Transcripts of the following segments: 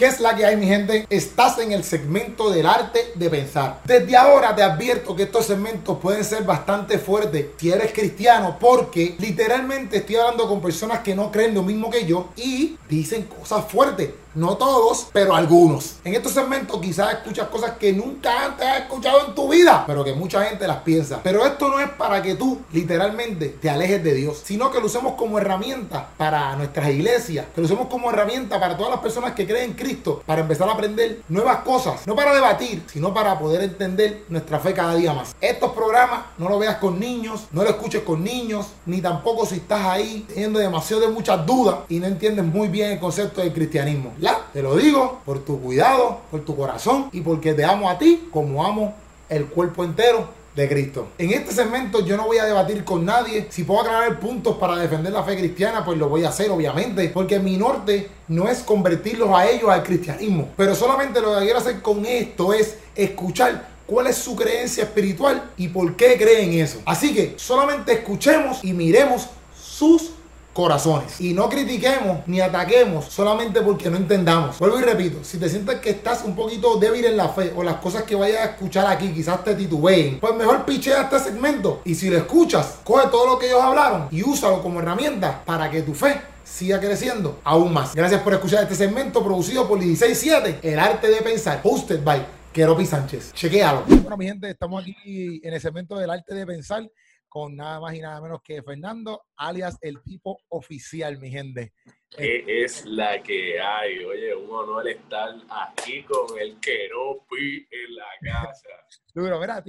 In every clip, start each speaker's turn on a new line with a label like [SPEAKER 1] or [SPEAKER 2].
[SPEAKER 1] ¿Qué es la que hay, mi gente? Estás en el segmento del arte de pensar. Desde ahora te advierto que estos segmentos pueden ser bastante fuertes si eres cristiano, porque literalmente estoy hablando con personas que no creen lo mismo que yo y dicen cosas fuertes. No todos, pero algunos. En estos segmentos quizás escuchas cosas que nunca antes has escuchado en tu vida, pero que mucha gente las piensa. Pero esto no es para que tú literalmente te alejes de Dios, sino que lo usemos como herramienta para nuestras iglesias, que lo usemos como herramienta para todas las personas que creen en Cristo, para empezar a aprender nuevas cosas, no para debatir, sino para poder entender nuestra fe cada día más. Estos programas no lo veas con niños, no lo escuches con niños, ni tampoco si estás ahí teniendo demasiado de muchas dudas y no entiendes muy bien el concepto del cristianismo. Te lo digo por tu cuidado, por tu corazón y porque te amo a ti como amo el cuerpo entero de Cristo. En este segmento yo no voy a debatir con nadie. Si puedo aclarar puntos para defender la fe cristiana, pues lo voy a hacer, obviamente, porque mi norte no es convertirlos a ellos al cristianismo, pero solamente lo que quiero hacer con esto es escuchar cuál es su creencia espiritual y por qué creen eso. Así que solamente escuchemos y miremos sus corazones y no critiquemos ni ataquemos solamente porque no entendamos. Vuelvo y repito, si te sientes que estás un poquito débil en la fe o las cosas que vayas a escuchar aquí quizás te titubeen, pues mejor pichea este segmento y si lo escuchas, coge todo lo que ellos hablaron y úsalo como herramienta para que tu fe siga creciendo aún más. Gracias por escuchar este segmento producido por 167, El Arte de Pensar, hosted by Keropi Sánchez. Chequéalo. Bueno, mi gente, estamos aquí en el segmento del Arte de Pensar con nada más y nada menos que Fernando, alias el tipo oficial, mi gente.
[SPEAKER 2] ¿Qué es la que hay? Oye, un honor estar aquí con el Keropi en la casa.
[SPEAKER 1] Pero mira,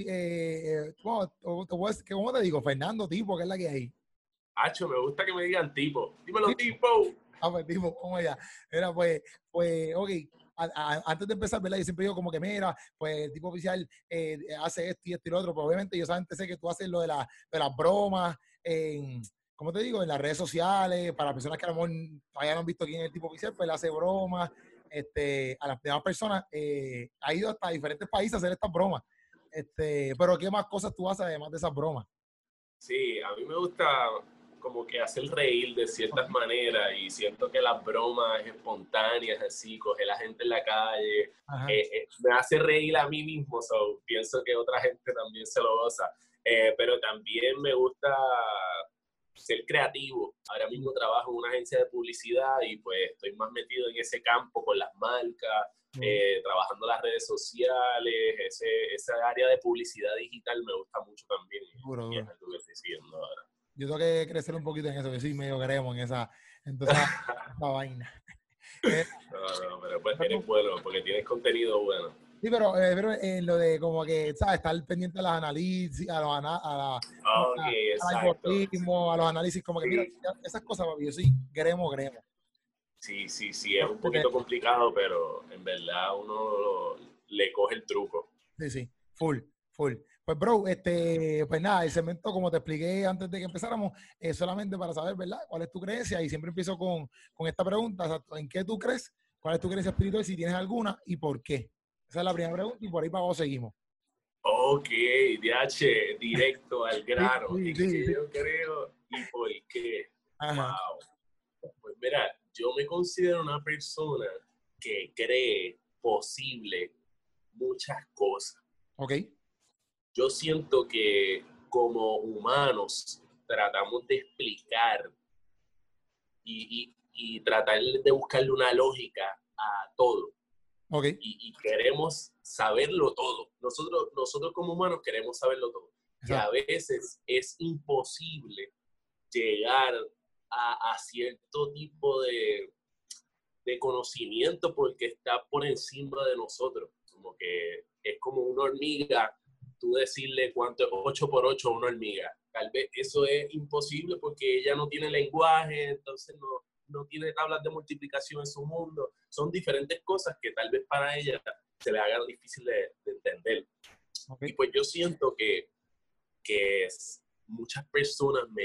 [SPEAKER 1] ¿cómo te digo? Fernando, tipo, ¿qué es la que hay?
[SPEAKER 2] Hacho, me gusta que me digan tipo. Dímelo,
[SPEAKER 1] ¿Sí?
[SPEAKER 2] tipo.
[SPEAKER 1] Pues tipo, ¿cómo ya? Mira, pues, ok. Antes de empezar, ¿verdad? Yo siempre digo como que, mira, pues el tipo oficial hace esto y esto y lo otro, pero obviamente yo solamente sé que tú haces lo de las bromas, ¿cómo te digo? En las redes sociales, para personas que a lo mejor todavía no han visto quién es el tipo oficial, pues le hace bromas, a las demás personas, ha ido hasta diferentes países a hacer estas bromas, pero ¿qué más cosas tú haces además de esas bromas?
[SPEAKER 2] Sí, a mí me gusta como que hacer reír de ciertas maneras y siento que las bromas espontáneas, así, coger a la gente en la calle, me hace reír a mí mismo, pienso que otra gente también se lo goza, pero también me gusta ser creativo. Ahora mismo trabajo en una agencia de publicidad y pues estoy más metido en ese campo con las marcas, trabajando las redes sociales, esa área de publicidad digital me gusta mucho también. Y es algo que estoy siguiendo ahora.
[SPEAKER 1] Yo tengo que crecer un poquito en eso, que sí, medio queremos en esa vaina.
[SPEAKER 2] No, pero pues eres bueno porque tienes contenido bueno.
[SPEAKER 1] Sí, pero en lo de como que, ¿sabes? Estar pendiente a las análisis, al
[SPEAKER 2] Exacto.
[SPEAKER 1] algoritmo, a los análisis, como que, mira,
[SPEAKER 2] Sí.
[SPEAKER 1] esas cosas, papi, yo sí, queremos.
[SPEAKER 2] Sí, es un poquito complicado, pero en verdad uno le coge el truco.
[SPEAKER 1] Sí, full. Pues, bro, pues nada, el segmento, como te expliqué antes de que empezáramos, es solamente para saber, ¿verdad? ¿Cuál es tu creencia? Y siempre empiezo con esta pregunta, exacto, ¿en qué tú crees? ¿Cuál es tu creencia espiritual? Si tienes alguna, ¿y por qué? Esa es la primera pregunta y por ahí para abajo seguimos.
[SPEAKER 2] Ok, DH, directo al grano.
[SPEAKER 1] Sí.
[SPEAKER 2] ¿En qué yo creo y por qué?
[SPEAKER 1] Ajá.
[SPEAKER 2] Wow. Pues mira, yo me considero una persona que cree posible muchas cosas.
[SPEAKER 1] Ok.
[SPEAKER 2] Yo siento que como humanos tratamos de explicar y tratar de buscarle una lógica a todo.
[SPEAKER 1] Ok.
[SPEAKER 2] Y queremos saberlo todo. Nosotros como humanos queremos saberlo todo. Exacto. Y a veces es imposible llegar a cierto tipo de conocimiento porque está por encima de nosotros. Como que es como una hormiga, tú decirle cuánto es 8 por 8 a una hormiga. Tal vez eso es imposible porque ella no tiene lenguaje, entonces no tiene tablas de multiplicación en su mundo. Son diferentes cosas que tal vez para ella se le haga difícil de entender. Okay. Y pues yo siento que muchas personas me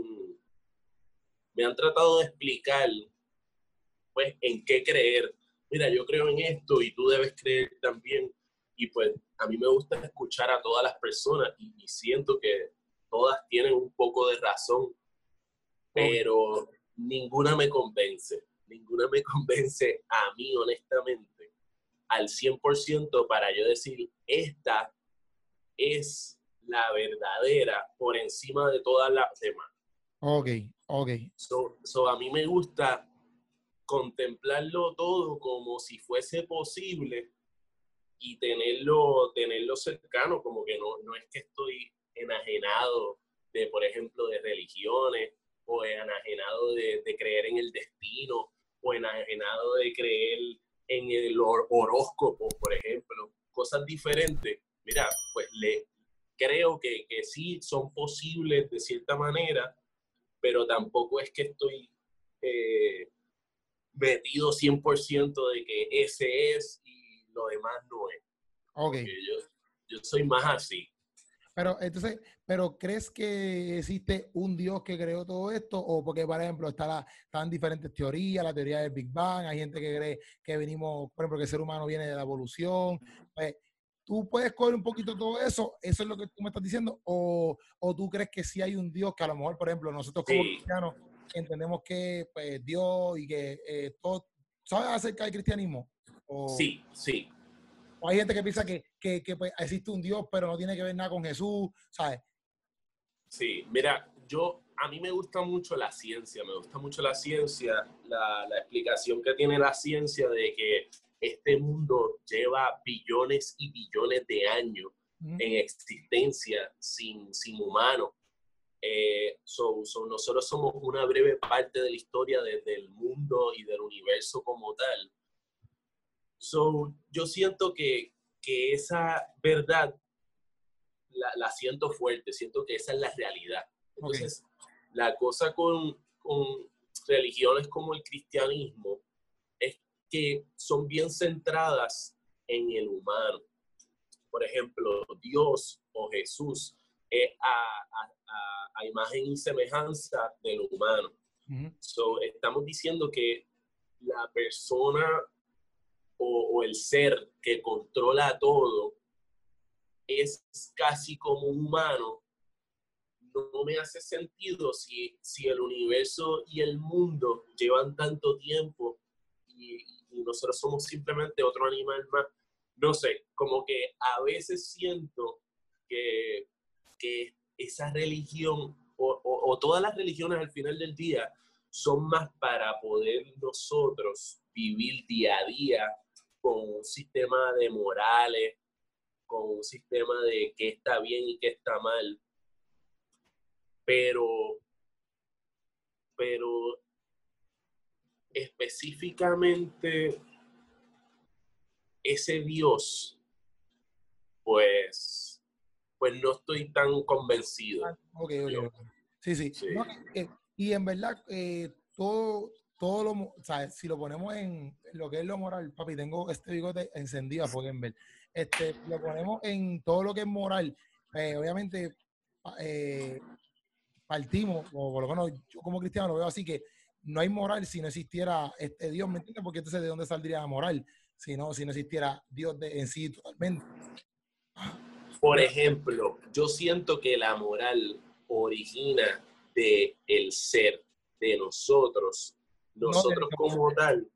[SPEAKER 2] han tratado de explicar pues en qué creer. Mira, yo creo en esto y tú debes creer también. Y pues a mí me gusta escuchar a todas las personas y siento que todas tienen un poco de razón, pero ninguna me convence. ninguna me convence a mí, honestamente, al 100% para yo decir, esta es la verdadera por encima de todas las demás.
[SPEAKER 1] Ok.
[SPEAKER 2] So a mí me gusta contemplarlo todo como si fuese posible y tenerlo cercano, como que no es que estoy enajenado de, por ejemplo, de religiones, o enajenado de creer en el destino, o enajenado de creer en el horóscopo, por ejemplo, cosas diferentes. Mira, pues creo que sí son posibles de cierta manera, pero tampoco es que estoy metido 100% de que ese es y lo demás no es.
[SPEAKER 1] Ok.
[SPEAKER 2] Porque yo soy más así.
[SPEAKER 1] Pero entonces, ¿crees que existe un Dios que creó todo esto? O porque, por ejemplo, están diferentes teorías, la teoría del Big Bang, hay gente que cree que venimos, por ejemplo, que el ser humano viene de la evolución. Pues, ¿tú puedes coger un poquito todo eso? ¿Eso es lo que tú me estás diciendo? ¿O tú crees que sí hay un Dios que a lo mejor, por ejemplo, nosotros como
[SPEAKER 2] Sí,
[SPEAKER 1] cristianos entendemos que pues, Dios y que todo, ¿sabes acerca del cristianismo?
[SPEAKER 2] sí.
[SPEAKER 1] O hay gente que piensa que pues, existe un Dios, pero no tiene que ver nada con Jesús, ¿sabes?
[SPEAKER 2] Sí, mira, a mí me gusta mucho la ciencia, la explicación que tiene la ciencia de que este mundo lleva billones y billones de años en existencia sin humanos. Nosotros somos una breve parte de la historia del mundo y del universo como tal. Yo siento que esa verdad la siento fuerte, siento que esa es la realidad. Entonces, la cosa con religiones como el cristianismo es que son bien centradas en el humano. Por ejemplo, Dios o Jesús es a imagen y semejanza del humano. Estamos diciendo que la persona o el ser que controla todo es casi como un humano. No me hace sentido si el universo y el mundo llevan tanto tiempo y nosotros somos simplemente otro animal más. No sé, como que a veces siento que esa religión o todas las religiones al final del día son más para poder nosotros vivir día a día con un sistema de morales, con un sistema de qué está bien y qué está mal, pero específicamente ese Dios, pues no estoy tan convencido.
[SPEAKER 1] Ok.
[SPEAKER 2] Yo.
[SPEAKER 1] Sí.
[SPEAKER 2] Sí.
[SPEAKER 1] No, y en verdad, todo o sea, si lo ponemos en lo que es lo moral, papi, tengo este bigote encendido, pueden ver. Lo ponemos en todo lo que es moral, obviamente partimos, o por lo menos yo como cristiano lo veo así, que no hay moral si no existiera este Dios, ¿me entiendes? Porque entonces, ¿de dónde saldría la moral? Si no existiera Dios en sí totalmente.
[SPEAKER 2] Por ejemplo, yo siento que la moral origina de el ser, de nosotros.
[SPEAKER 1] No
[SPEAKER 2] Nosotros como tal,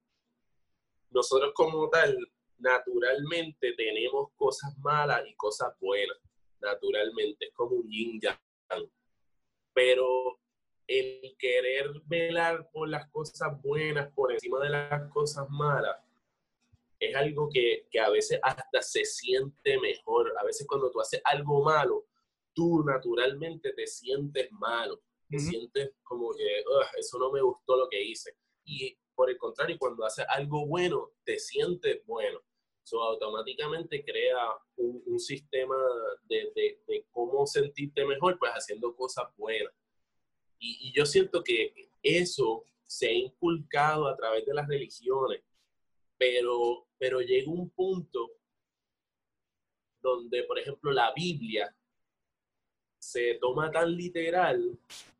[SPEAKER 2] naturalmente tenemos cosas malas y cosas buenas. Naturalmente, es como un yin yang. Pero el querer velar por las cosas buenas por encima de las cosas malas es algo que a veces hasta se siente mejor. A veces cuando tú haces algo malo, tú naturalmente te sientes malo. Te sientes como que eso no me gustó lo que hice. Y por el contrario, cuando haces algo bueno, te sientes bueno. Eso automáticamente crea un sistema de cómo sentirte mejor, pues haciendo cosas buenas. Y yo siento que eso se ha inculcado a través de las religiones, pero llega un punto donde, por ejemplo, la Biblia se toma tan literal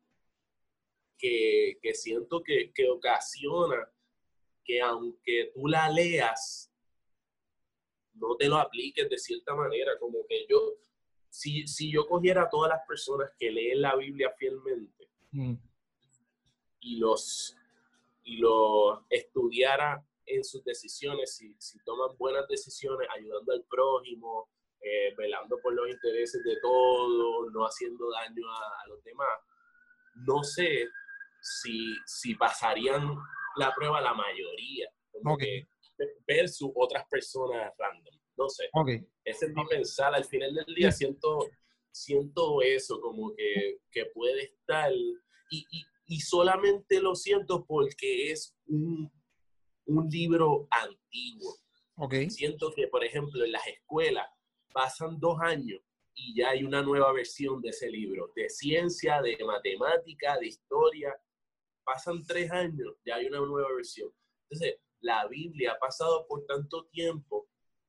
[SPEAKER 2] que siento que ocasiona que aunque tú la leas, no te lo apliques de cierta manera. Como que si yo cogiera a todas las personas que leen la Biblia fielmente y y lo estudiara en sus decisiones, si toman buenas decisiones, ayudando al prójimo, velando por los intereses de todos, no haciendo daño a los demás, no sé si pasarían la prueba la mayoría, como
[SPEAKER 1] Okay.
[SPEAKER 2] que versus otras personas random. No sé.
[SPEAKER 1] Okay.
[SPEAKER 2] Ese es mi pensar. Al final del día
[SPEAKER 1] Sí.
[SPEAKER 2] siento eso, como que puede estar, y solamente lo siento porque es un libro antiguo.
[SPEAKER 1] Okay.
[SPEAKER 2] Siento que, por ejemplo, en las escuelas pasan 2 años y ya hay una nueva versión de ese libro, de ciencia, de matemática, de historia. Pasan 3 años, ya hay una nueva versión. Entonces, la Biblia ha pasado por tanto tiempo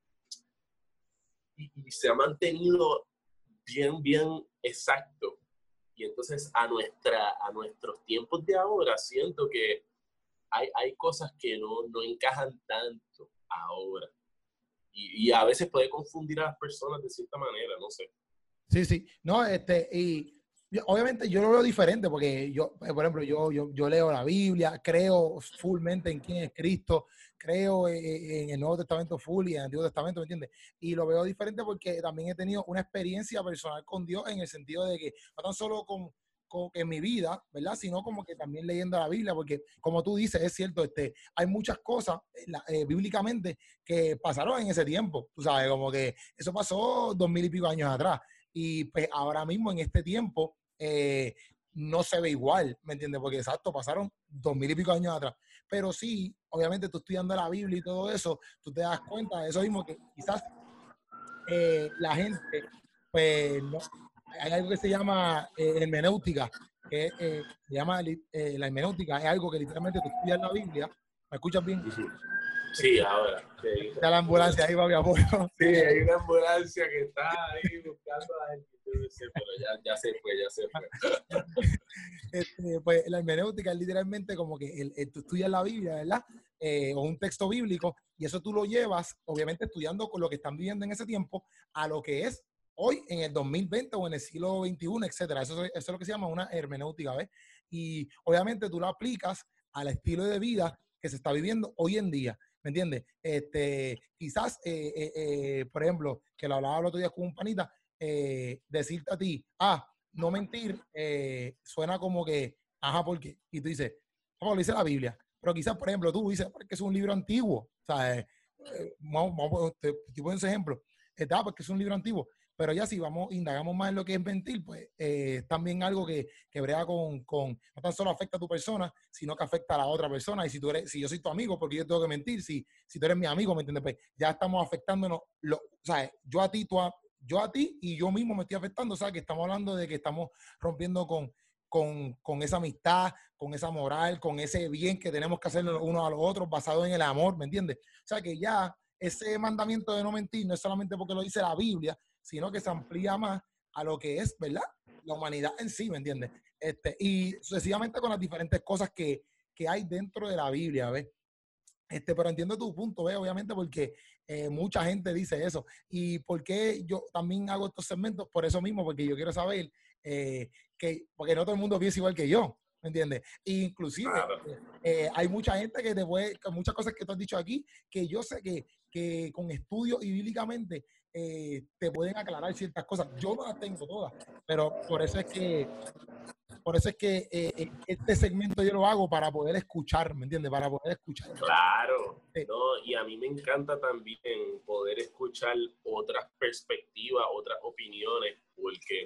[SPEAKER 2] y se ha mantenido bien exacto. Y entonces a nuestros tiempos de ahora siento que hay cosas que no encajan tanto ahora. Y a veces puede confundir a las personas de cierta manera, no sé.
[SPEAKER 1] Sí, sí. No, y obviamente yo lo veo diferente porque yo, por ejemplo, yo leo la Biblia, creo fullmente en quién es Cristo, creo en el Nuevo Testamento full y en el Antiguo Testamento, ¿me entiendes? Y lo veo diferente porque también he tenido una experiencia personal con Dios en el sentido de que no tan solo en mi vida, ¿verdad? Sino como que también leyendo la Biblia, porque como tú dices, es cierto, hay muchas cosas bíblicamente que pasaron en ese tiempo, tú sabes, como que eso pasó 2000 y pico años atrás. Y pues ahora mismo en este tiempo no se ve igual, ¿me entiendes? Porque exacto, pasaron 2000 y pico años atrás. Pero sí, obviamente tú estudiando la Biblia y todo eso, tú te das cuenta de eso mismo, que quizás la gente, pues no, hay algo que se llama hermenéutica, que se llama la hermenéutica, es algo que literalmente tú estudias la Biblia. ¿Me escuchas bien?
[SPEAKER 2] Sí, ahora. Sí.
[SPEAKER 1] Está la ambulancia ahí, papi, apoyo.
[SPEAKER 2] Sí, hay una ambulancia que está ahí buscando a la gente. Pero ya se fue.
[SPEAKER 1] Pues la hermenéutica es literalmente como que tú estudias la Biblia, ¿verdad? O un texto bíblico, y eso tú lo llevas, obviamente estudiando con lo que están viviendo en ese tiempo, a lo que es hoy en el 2020 o en el siglo XXI, etcétera. Eso es lo que se llama una hermenéutica, ¿ves? Y obviamente tú lo aplicas al estilo de vida que se está viviendo hoy en día. ¿Me entiendes? Quizás, por ejemplo, que lo hablaba el otro día con un panita, decirte a ti, no mentir, suena como que, ajá, ¿por qué? Y tú dices, ¿cómo lo dice la Biblia? Pero quizás, por ejemplo, tú dices, porque es un libro antiguo. O sea, te pongo ese ejemplo. Porque es un libro antiguo. Pero ya si indagamos más en lo que es mentir, pues también algo que brega no tan solo afecta a tu persona, sino que afecta a la otra persona. Y si yo soy tu amigo, porque yo tengo que mentir, si tú eres mi amigo, ¿me entiendes? Pues ya estamos afectándonos, o sea, yo a ti y yo mismo me estoy afectando, o sea, que estamos hablando de que estamos rompiendo con esa amistad, con esa moral, con ese bien que tenemos que hacer unos a los otros basado en el amor, ¿me entiendes? O sea, que ya ese mandamiento de no mentir no es solamente porque lo dice la Biblia, sino que se amplía más a lo que es, ¿verdad? La humanidad en sí, ¿me entiendes? Y sucesivamente con las diferentes cosas que hay dentro de la Biblia, ¿ves? Pero entiendo tu punto, ¿ves? Obviamente porque mucha gente dice eso. ¿Y por qué yo también hago estos segmentos? Por eso mismo, porque yo quiero saber porque no todo el mundo piensa igual que yo, ¿me entiendes? E inclusive
[SPEAKER 2] Claro.
[SPEAKER 1] hay mucha gente con muchas cosas que tú has dicho aquí, que yo sé que con estudios y bíblicamente te pueden aclarar ciertas cosas. Yo no las tengo todas, pero por eso es que este segmento yo lo hago para poder escuchar, ¿me entiendes? Para poder escuchar.
[SPEAKER 2] Claro, ¿no? Y a mí me encanta también poder escuchar otras perspectivas, otras opiniones, porque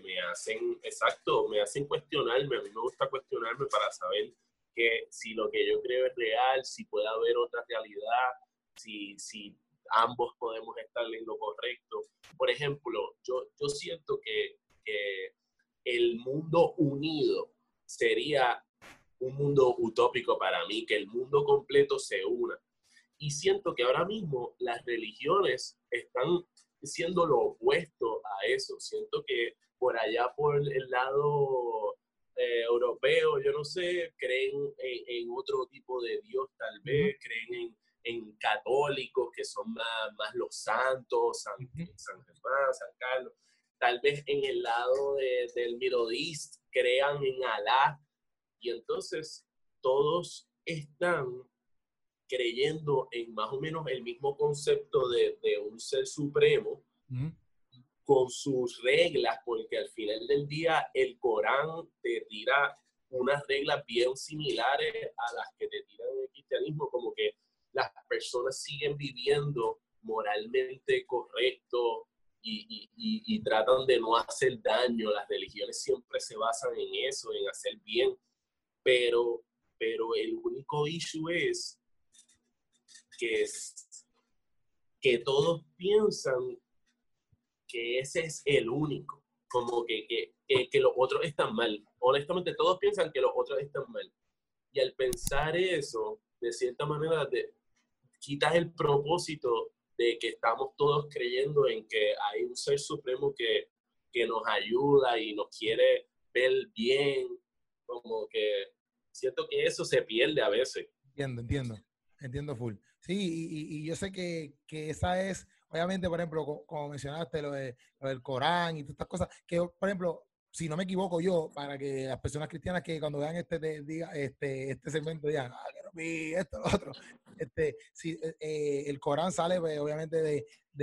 [SPEAKER 2] me hacen cuestionarme. A mí me gusta cuestionarme para saber que si lo que yo creo es real, si puede haber otra realidad, si ambos podemos estar en lo correcto. Por ejemplo, yo siento que el mundo unido sería un mundo utópico para mí, que el mundo completo se una. Y siento que ahora mismo las religiones están siendo lo opuesto a eso. Siento que por allá, por el lado europeo, yo no sé, creen en otro tipo de Dios tal vez, creen en católicos que son más los santos, San Germán, San Carlos. Tal vez en el lado del Middle East crean en Alá, y entonces todos están creyendo en más o menos el mismo concepto de un ser supremo, con sus reglas, porque al final del día el Corán te tira unas reglas bien similares a las que te tiran el cristianismo, como que las personas siguen viviendo moralmente correcto y tratan de no hacer daño. Las religiones siempre se basan en eso, en hacer bien, pero el único issue es que todos piensan que ese es el único, como que los otros están mal. Honestamente, todos piensan que los otros están mal. Y al pensar eso, de cierta manera, quitas el propósito de que estamos todos creyendo en que hay un ser supremo que nos ayuda y nos quiere ver bien. Como que siento que eso se pierde a veces.
[SPEAKER 3] Entiendo full. Sí, y yo sé que esa es, obviamente, por ejemplo, como mencionaste, lo del Corán y todas estas cosas, que, por ejemplo, si no me equivoco yo, para que las personas cristianas que cuando vean este segmento digan, que no vi esto, lo otro, si, el Corán sale, pues, obviamente,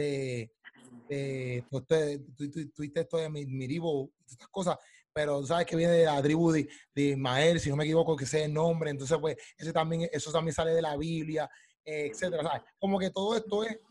[SPEAKER 3] tuviste esto de Miribo y estas cosas, pero tú sabes que viene de la tribu de Ismael, si no me equivoco, que sea el nombre, entonces pues eso también sale de la Biblia, etcétera, ¿sabes? Como que todo esto es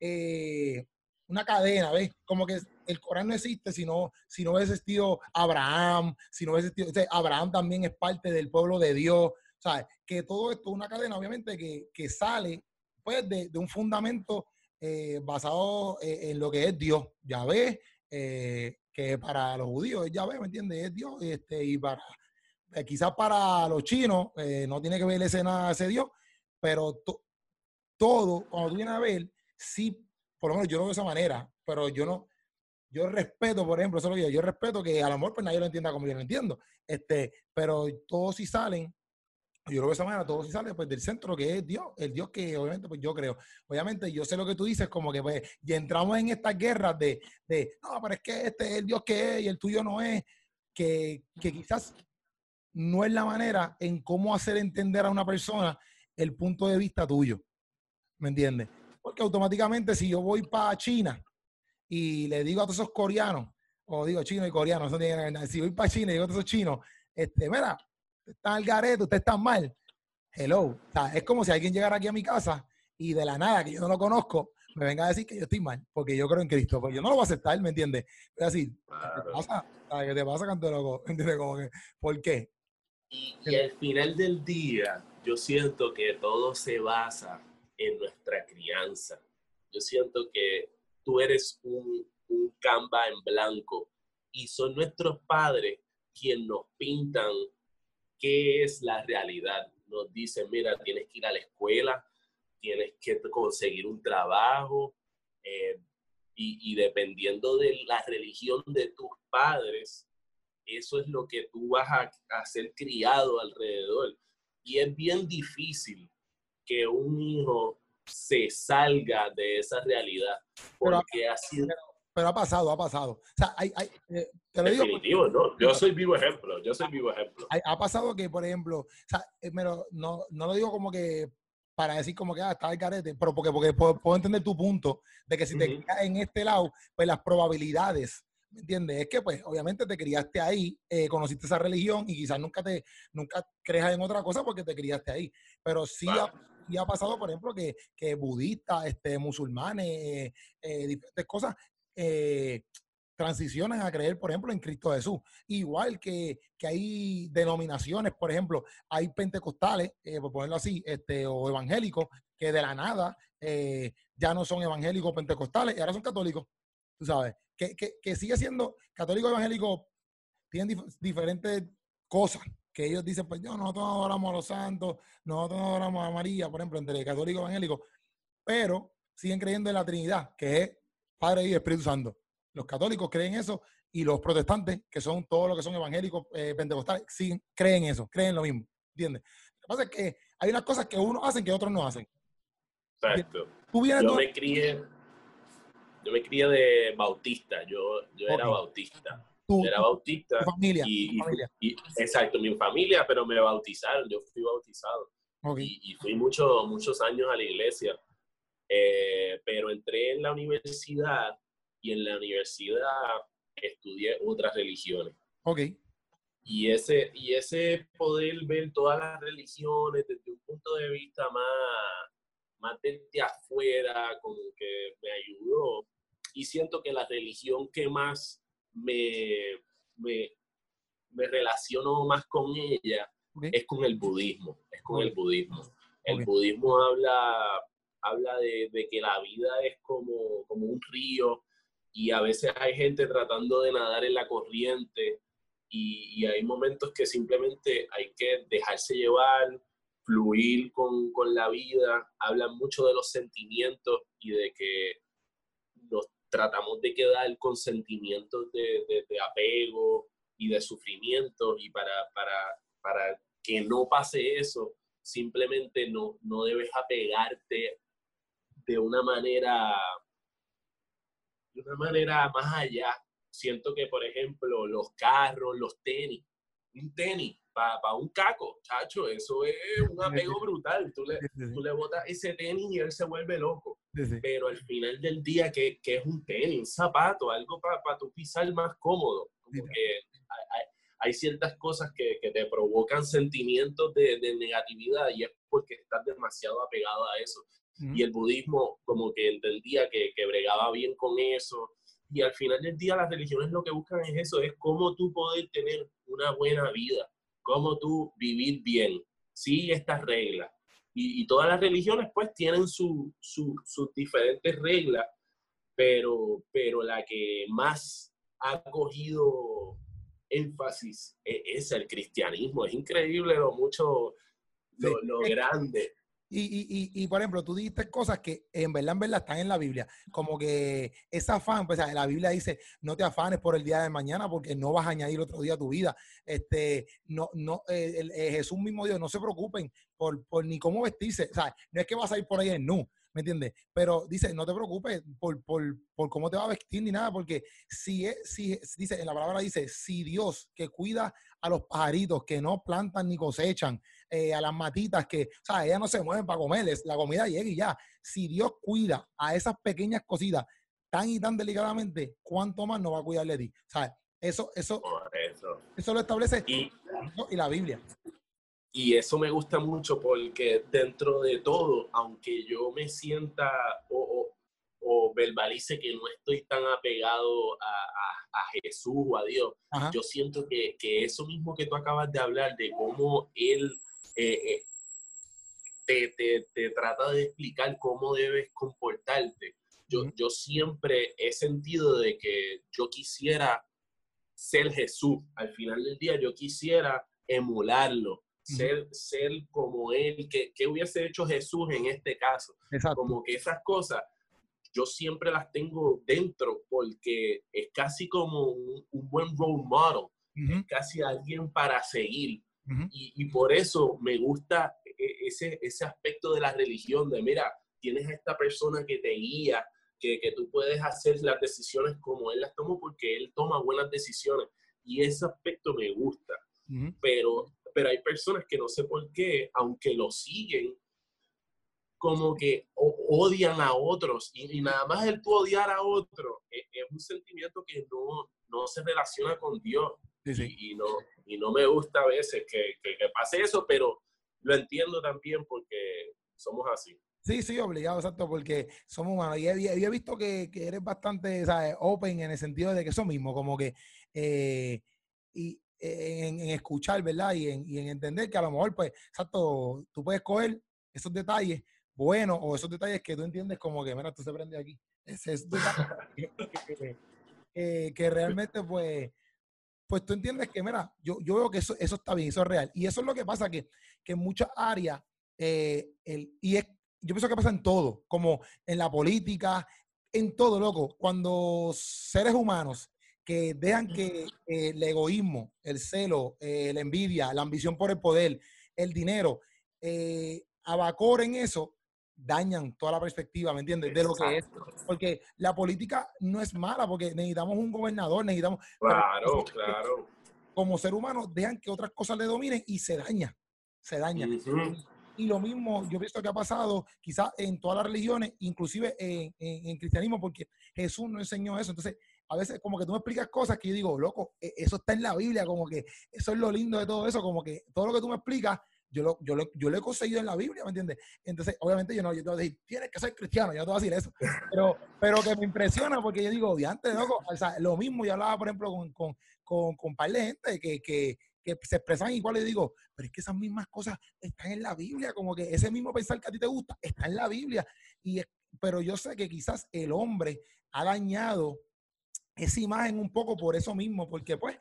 [SPEAKER 3] una cadena, ¿ves? Como que el Corán no existe si no hubiese existido Abraham, si no hubiese existido, o sea, Abraham también es parte del pueblo de Dios, ¿sabes? Que todo esto es una cadena, obviamente, que sale pues de un fundamento basado en lo que es Dios, Yahvé, que para los judíos es Yahvé, ¿me entiendes? Es Dios, y para quizás para los chinos no tiene que ver nada ese Dios, pero todo, cuando tú vienes a ver, sí, por lo menos yo lo veo de esa manera, pero yo respeto, por ejemplo, eso lo digo, yo respeto que a lo mejor pues nadie lo entienda como yo lo entiendo, pero todos sí salen, yo lo veo de esa manera, todo sí sale pues del centro que es Dios, el Dios que obviamente pues yo creo. Obviamente yo sé lo que tú dices, como que pues ya entramos en estas guerras de no, pero es que este es el Dios que es y el tuyo no es, que quizás no es la manera en cómo hacer entender a una persona el punto de vista tuyo, ¿me entiendes? Porque automáticamente si yo voy para China y le digo a todos esos coreanos, o digo chino y coreano, eso no tiene nada, si voy para China y digo a todos esos chinos, mira, está al garete, usted está mal. Hello. O sea, es como si alguien llegara aquí a mi casa y de la nada, que yo no lo conozco, me venga a decir que yo estoy mal, porque yo creo en Cristo. Porque yo no lo voy a aceptar, ¿me entiendes? Es así, ¿qué te pasa? ¿Qué te pasa, canto loco? ¿Entiendes? Como que, ¿por qué?
[SPEAKER 2] Y al final del día, yo siento que todo se basa en nuestra crianza. Yo siento que tú eres un Canva en blanco y son nuestros padres quienes nos pintan qué es la realidad. Nos dicen, mira, tienes que ir a la escuela, tienes que conseguir un trabajo, y dependiendo de la religión de tus padres, eso es lo que tú vas a ser criado alrededor. Y es bien difícil que un hijo se salga de esa realidad, porque
[SPEAKER 3] pero ha pasado. O sea,
[SPEAKER 2] te lo digo. Definitivo, ¿no? Yo soy vivo ejemplo.
[SPEAKER 3] Ha pasado que, por ejemplo, o sea, no lo digo como que para decir como que está el carete, pero porque puedo entender tu punto de que si te quedas en este lado, pues las probabilidades, ¿me entiendes? Es que pues obviamente te criaste ahí, conociste esa religión y quizás nunca creas en otra cosa porque te criaste ahí, pero sí ha pasado, por ejemplo, que budistas, musulmanes, diferentes cosas, transicionan a creer, por ejemplo, en Cristo Jesús. Igual que hay denominaciones, por ejemplo, hay pentecostales, por ponerlo así, o evangélicos, que de la nada ya no son evangélicos pentecostales y ahora son católicos, tú sabes, que sigue siendo católico evangélico, tienen diferentes cosas que ellos dicen, pues nosotros no adoramos a los santos, nosotros no adoramos a María, por ejemplo, entre católico y evangélico, pero siguen creyendo en la Trinidad, que es Padre y Espíritu Santo. Los católicos creen eso y los protestantes, que son todos los que son evangélicos, pentecostales, sí creen eso, creen lo mismo, ¿entiendes? Lo que pasa es que hay unas cosas que unos hacen que otros no hacen.
[SPEAKER 2] Exacto. Yo me crié de bautista, yo era bautista. Yo era bautista.
[SPEAKER 3] Tu familia.
[SPEAKER 2] Exacto, mi familia, pero me bautizaron, yo fui bautizado.
[SPEAKER 3] Okay.
[SPEAKER 2] y fui muchos años a la iglesia, pero entré en la universidad y en la universidad estudié otras religiones.
[SPEAKER 3] Ok.
[SPEAKER 2] Y ese poder ver todas las religiones desde un punto de vista más desde afuera, como que me ayudó. Y siento que la religión que más me relaciono más con ella
[SPEAKER 3] Okay.
[SPEAKER 2] es con el budismo. Es con
[SPEAKER 3] Okay.
[SPEAKER 2] el budismo. El
[SPEAKER 3] Okay.
[SPEAKER 2] budismo habla de que la vida es como un río y a veces hay gente tratando de nadar en la corriente y hay momentos que simplemente hay que dejarse llevar, fluir con la vida. Hablan mucho de los sentimientos y de que nos tratamos de quedar con sentimientos de apego y de sufrimiento y para que no pase eso, simplemente no debes apegarte de una manera más allá. Siento que, por ejemplo, los carros, los tenis, un tenis para un caco, chacho, eso es un apego brutal. Tú le botas ese tenis y él se vuelve loco.
[SPEAKER 3] Sí.
[SPEAKER 2] Pero al final del día, ¿qué es un tenis? Un zapato, algo para tu pisar más cómodo. Como que hay ciertas cosas que te provocan sentimientos de negatividad y es porque estás demasiado apegado a eso. Y el budismo como que entendía que bregaba bien con eso. Y al final del día las religiones lo que buscan es eso, es cómo tú poder tener una buena vida, cómo tú vivir bien. Sigue estas reglas. Y todas las religiones pues tienen sus diferentes reglas, pero la que más ha cogido énfasis es el cristianismo. Es increíble lo mucho, lo grande.
[SPEAKER 3] Y, por ejemplo, tú dijiste cosas que en verdad están en la Biblia, como que ese afán, pues la Biblia dice, no te afanes por el día de mañana porque no vas a añadir otro día a tu vida. Jesús mismo dijo, no se preocupen por ni cómo vestirse, o sea, no es que vas a ir por ahí en nu, ¿me entiendes? Pero dice, no te preocupes por cómo te va a vestir ni nada, porque dice, en la palabra dice, si Dios que cuida a los pajaritos que no plantan ni cosechan, a las matitas que, o sea, ellas no se mueven para comerles, la comida llega y ya. Si Dios cuida a esas pequeñas cositas tan y tan delicadamente, ¿cuánto más no va a cuidar de ti? O sea, eso lo establece y la Biblia.
[SPEAKER 2] Y eso me gusta mucho porque dentro de todo, aunque yo me sienta o verbalice que no estoy tan apegado a Jesús o a Dios,
[SPEAKER 3] Ajá.
[SPEAKER 2] Yo siento que eso mismo que tú acabas de hablar, de cómo Él te trata de explicar cómo debes comportarte, yo siempre he sentido de que yo quisiera ser Jesús. Al final del día yo quisiera emularlo. Ser como él, que hubiese hecho Jesús en este caso.
[SPEAKER 3] Exacto.
[SPEAKER 2] Como que esas cosas yo siempre las tengo dentro porque es casi como un buen role model, es casi alguien para seguir. Y por eso me gusta ese aspecto de la religión, de mira, tienes a esta persona que te guía, que tú puedes hacer las decisiones como él las toma porque él toma buenas decisiones. Y ese aspecto me gusta. Pero hay personas que no sé por qué, aunque lo siguen, como que odian a otros. Y nada más el tú odiar a otro es un sentimiento que no se relaciona con Dios.
[SPEAKER 3] Sí.
[SPEAKER 2] Y no me gusta a veces que pase eso, pero lo entiendo también porque somos así.
[SPEAKER 3] Sí, obligado, exacto, porque somos humanos. Y he visto que eres bastante, ¿sabes? Open en el sentido de que eso mismo, como que en escuchar, ¿verdad? Y en entender que a lo mejor, pues, exacto, tú puedes coger esos detalles buenos o esos detalles que tú entiendes como que, mira, tú se prende aquí. Esos detalles que realmente, pues tú entiendes que, mira, yo veo que eso está bien, eso es real. Y eso es lo que pasa, que en muchas áreas, yo pienso que pasa en todo, como en la política, en todo, loco. Cuando seres humanos que dejan que el egoísmo, el celo, la envidia, la ambición por el poder, el dinero, abacoren eso, dañan toda la perspectiva, ¿me entiendes? De lo que es. Porque la política no es mala, porque necesitamos un gobernador, necesitamos...
[SPEAKER 2] Claro.
[SPEAKER 3] Como ser humano, dejan que otras cosas le dominen y se daña. Y lo mismo yo he visto que ha pasado quizás en todas las religiones, inclusive en cristianismo, porque Jesús no enseñó eso. Entonces, a veces como que tú me explicas cosas que yo digo, loco, eso está en la Biblia, como que eso es lo lindo de todo eso, como que todo lo que tú me explicas, yo lo he conseguido en la Biblia, ¿me entiendes? Entonces, obviamente yo te voy a decir, tienes que ser cristiano, yo no te voy a decir eso, pero que me impresiona porque yo digo, antes, loco, o sea, lo mismo yo hablaba, por ejemplo, con un par de gente que se expresan igual y digo, pero es que esas mismas cosas están en la Biblia, como que ese mismo pensar que a ti te gusta está en la Biblia, pero yo sé que quizás el hombre ha dañado esa imagen un poco por eso mismo, porque pues,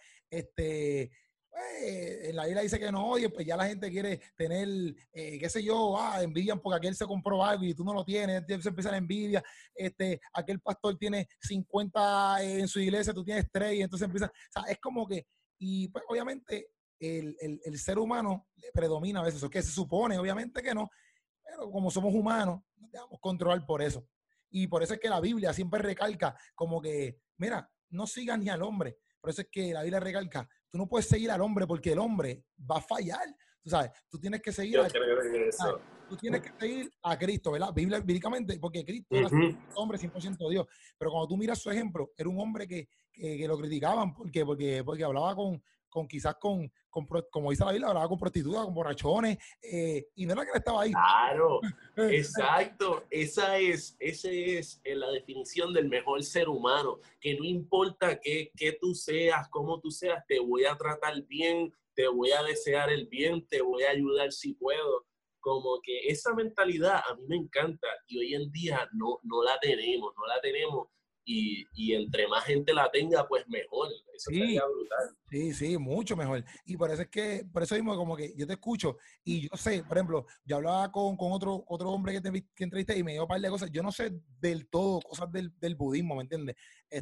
[SPEAKER 3] en la Biblia dice que no odie, pues ya la gente quiere tener, qué sé yo, envidian porque aquel se compró algo y tú no lo tienes, entonces empieza la envidia, aquel pastor tiene 50 en su iglesia, tú tienes 3 y entonces empieza, o sea, es como que, y pues obviamente el ser humano le predomina a veces, eso que se supone, obviamente que no, pero como somos humanos, nos dejamos controlar por eso. Y por eso es que la Biblia siempre recalca como que, mira, no sigas ni al hombre. Por eso es que la Biblia recalca, tú no puedes seguir al hombre porque el hombre va a fallar. Tú sabes, tú tienes que seguir
[SPEAKER 2] Yo creo en eso.
[SPEAKER 3] tú tienes que seguir a Cristo, ¿verdad? Biblia, bíblicamente, porque Cristo era hombre 100% Dios. Pero cuando tú miras su ejemplo, era un hombre que lo criticaban porque hablaba quizás como dice la Biblia, hablaba con prostitutas, con borrachones, y no era que él estaba ahí.
[SPEAKER 2] Claro, exacto. Esa es la definición del mejor ser humano, que no importa qué tú seas, cómo tú seas, te voy a tratar bien, te voy a desear el bien, te voy a ayudar si puedo. Como que esa mentalidad a mí me encanta y hoy en día no la tenemos, y entre más gente la tenga, pues mejor. Eso
[SPEAKER 3] Sí,
[SPEAKER 2] sería brutal.
[SPEAKER 3] sí, mucho mejor. Y por eso es que, por eso mismo, como que yo te escucho y yo sé, por ejemplo, yo hablaba con otro hombre que entrevisté y me dio un par de cosas. Yo no sé del todo cosas del budismo, ¿me entiendes?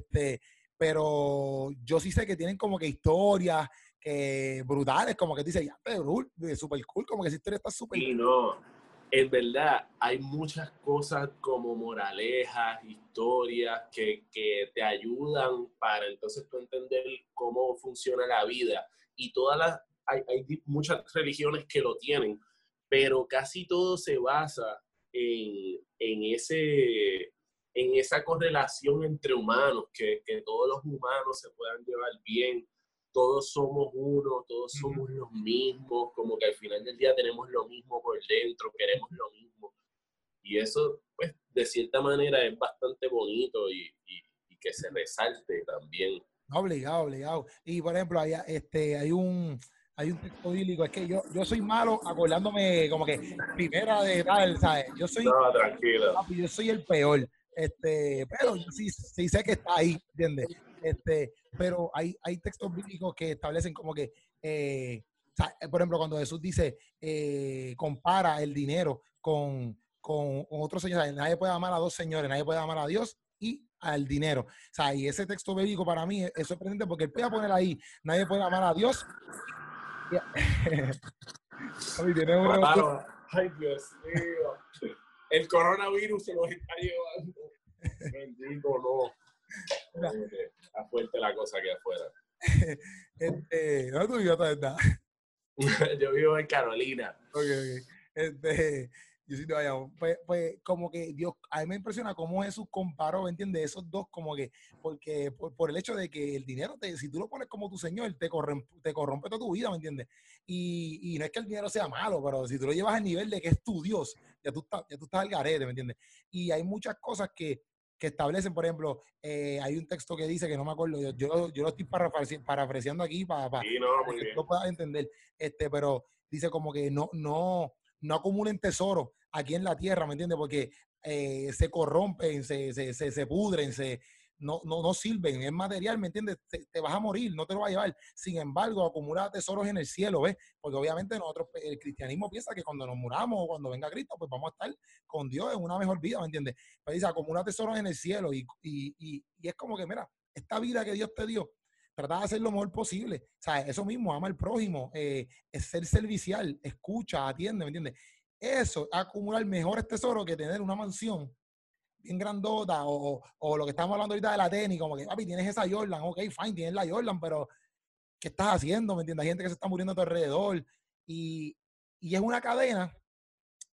[SPEAKER 3] Pero yo sí sé que tienen como que historias brutales, como que dice, ya, súper cool, como que esa historia está súper
[SPEAKER 2] Y no, en verdad hay muchas cosas como moralejas, historias que te ayudan para entonces tú entender cómo funciona la vida. Y hay muchas religiones que lo tienen, pero casi todo se basa en esa correlación entre humanos, que todos los humanos se puedan llevar bien, todos somos uno, todos somos los mismos, como que al final del día tenemos lo mismo por dentro, queremos lo mismo. Y eso, pues, de cierta manera es bastante bonito y que se resalte también.
[SPEAKER 3] obligado, obligado. Y por ejemplo, hay un texto bíblico, es que yo soy malo acordándome como que primera de tal, ¿sabes?
[SPEAKER 2] No, tranquilo.
[SPEAKER 3] Yo soy el peor, pero yo sí sé que está ahí, ¿entiendes? Pero hay textos bíblicos que establecen como que, o sea, por ejemplo, cuando Jesús dice, compara el dinero con otro señor, o sea, nadie puede amar a dos señores, nadie puede amar a Dios y al dinero. O sea, y ese texto bíblico para mí es sorprendente porque él puede poner ahí, nadie puede amar a Dios. Tiene un
[SPEAKER 2] Claro. Ay, Dios mío. El coronavirus se los está llevando. Bendito, no. Está fuerte la cosa aquí afuera.
[SPEAKER 3] ¿Dónde tú vives, verdad?
[SPEAKER 2] Yo vivo en Carolina.
[SPEAKER 3] Ok. Yo sí te vaya. Pues como que Dios, a mí me impresiona cómo Jesús comparó, ¿me entiendes? Esos dos como que, porque por el hecho de que el dinero, si tú lo pones como tu señor, te corrompe toda tu vida, ¿me entiendes? Y no es que el dinero sea malo, pero si tú lo llevas al nivel de que es tu Dios, ya tú estás al garete, ¿me entiendes? Y hay muchas cosas que establecen, por ejemplo, hay un texto que dice, que no me acuerdo, yo lo estoy parafraseando aquí para
[SPEAKER 2] Sí, no, muy
[SPEAKER 3] que
[SPEAKER 2] bien.
[SPEAKER 3] tú lo puedas entender, pero dice como que no acumulen tesoro aquí en la tierra, ¿me entiendes? Porque se corrompen, se pudren, no sirven, es material, ¿me entiendes? Te vas a morir, no te lo vas a llevar. Sin embargo, acumula tesoros en el cielo, ¿ves? Porque obviamente nosotros, el cristianismo piensa que cuando nos muramos o cuando venga Cristo, pues vamos a estar con Dios en una mejor vida, ¿me entiendes? Pero dice, acumula tesoros en el cielo y es como que, mira, esta vida que Dios te dio, trata de hacer lo mejor posible. O sea, eso mismo, ama al prójimo, es ser servicial, escucha, atiende, ¿me entiendes? Eso, acumular mejores tesoros que tener una mansión bien grandota o lo que estamos hablando ahorita de la tenis, como que, papi, tienes esa Jordan, ok, fine, tienes la Jordan, pero ¿qué estás haciendo? ¿Me entiendes? Hay gente que se está muriendo a tu alrededor y es una cadena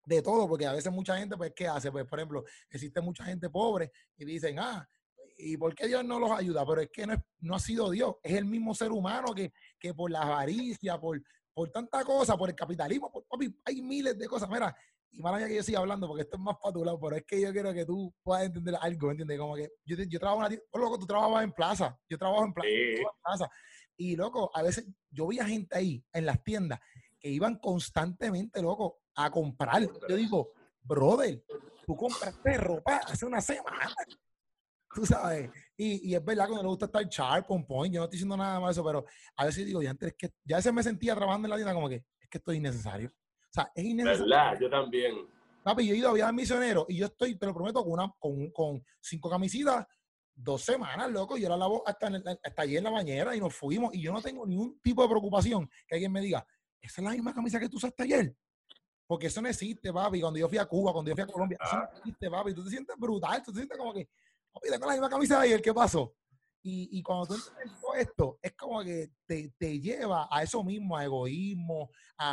[SPEAKER 3] de todo, porque a veces mucha gente, pues, ¿qué hace? Pues, por ejemplo, existe mucha gente pobre y dicen, ¿y por qué Dios no los ayuda? Pero es que no ha sido Dios, es el mismo ser humano que por la avaricia, por tanta cosa, por el capitalismo, papi, hay miles de cosas. Mira, y mala mía que yo siga hablando porque esto es más para tu lado, pero es que yo quiero que tú puedas entender algo, ¿entiendes? Como que yo trabajo en una loco, tú trabajabas en plaza, yo trabajo en plaza, y loco, a veces yo veía gente ahí en las tiendas que iban constantemente, loco, a comprar. Yo digo, brother, tú compraste ropa hace una semana, tú sabes. Y es verdad que no le gusta estar sharp, on point, yo no estoy diciendo nada más de eso, pero a veces digo, ya antes que ya a veces me sentía trabajando en la tienda como que es que esto es innecesario. O sea, es innecesario.
[SPEAKER 2] ¿Verdad? Yo también.
[SPEAKER 3] Papi, yo he ido a Vía Misionero y yo estoy, te lo prometo, con 5 camisitas, 2 semanas, loco. Yo la lavo hasta ayer en la bañera y nos fuimos. Y yo no tengo ningún tipo de preocupación que alguien me diga, esa es la misma camisa que tú usaste ayer. Porque eso no existe, papi. Cuando yo fui a Cuba, cuando yo fui a Colombia, eso no existe, papi. Tú te sientes brutal, tú te sientes como que, papi, tengo la misma camisa de ayer, ¿qué pasó? Y cuando tú entiendes todo esto, es como que te lleva a eso mismo, a egoísmo,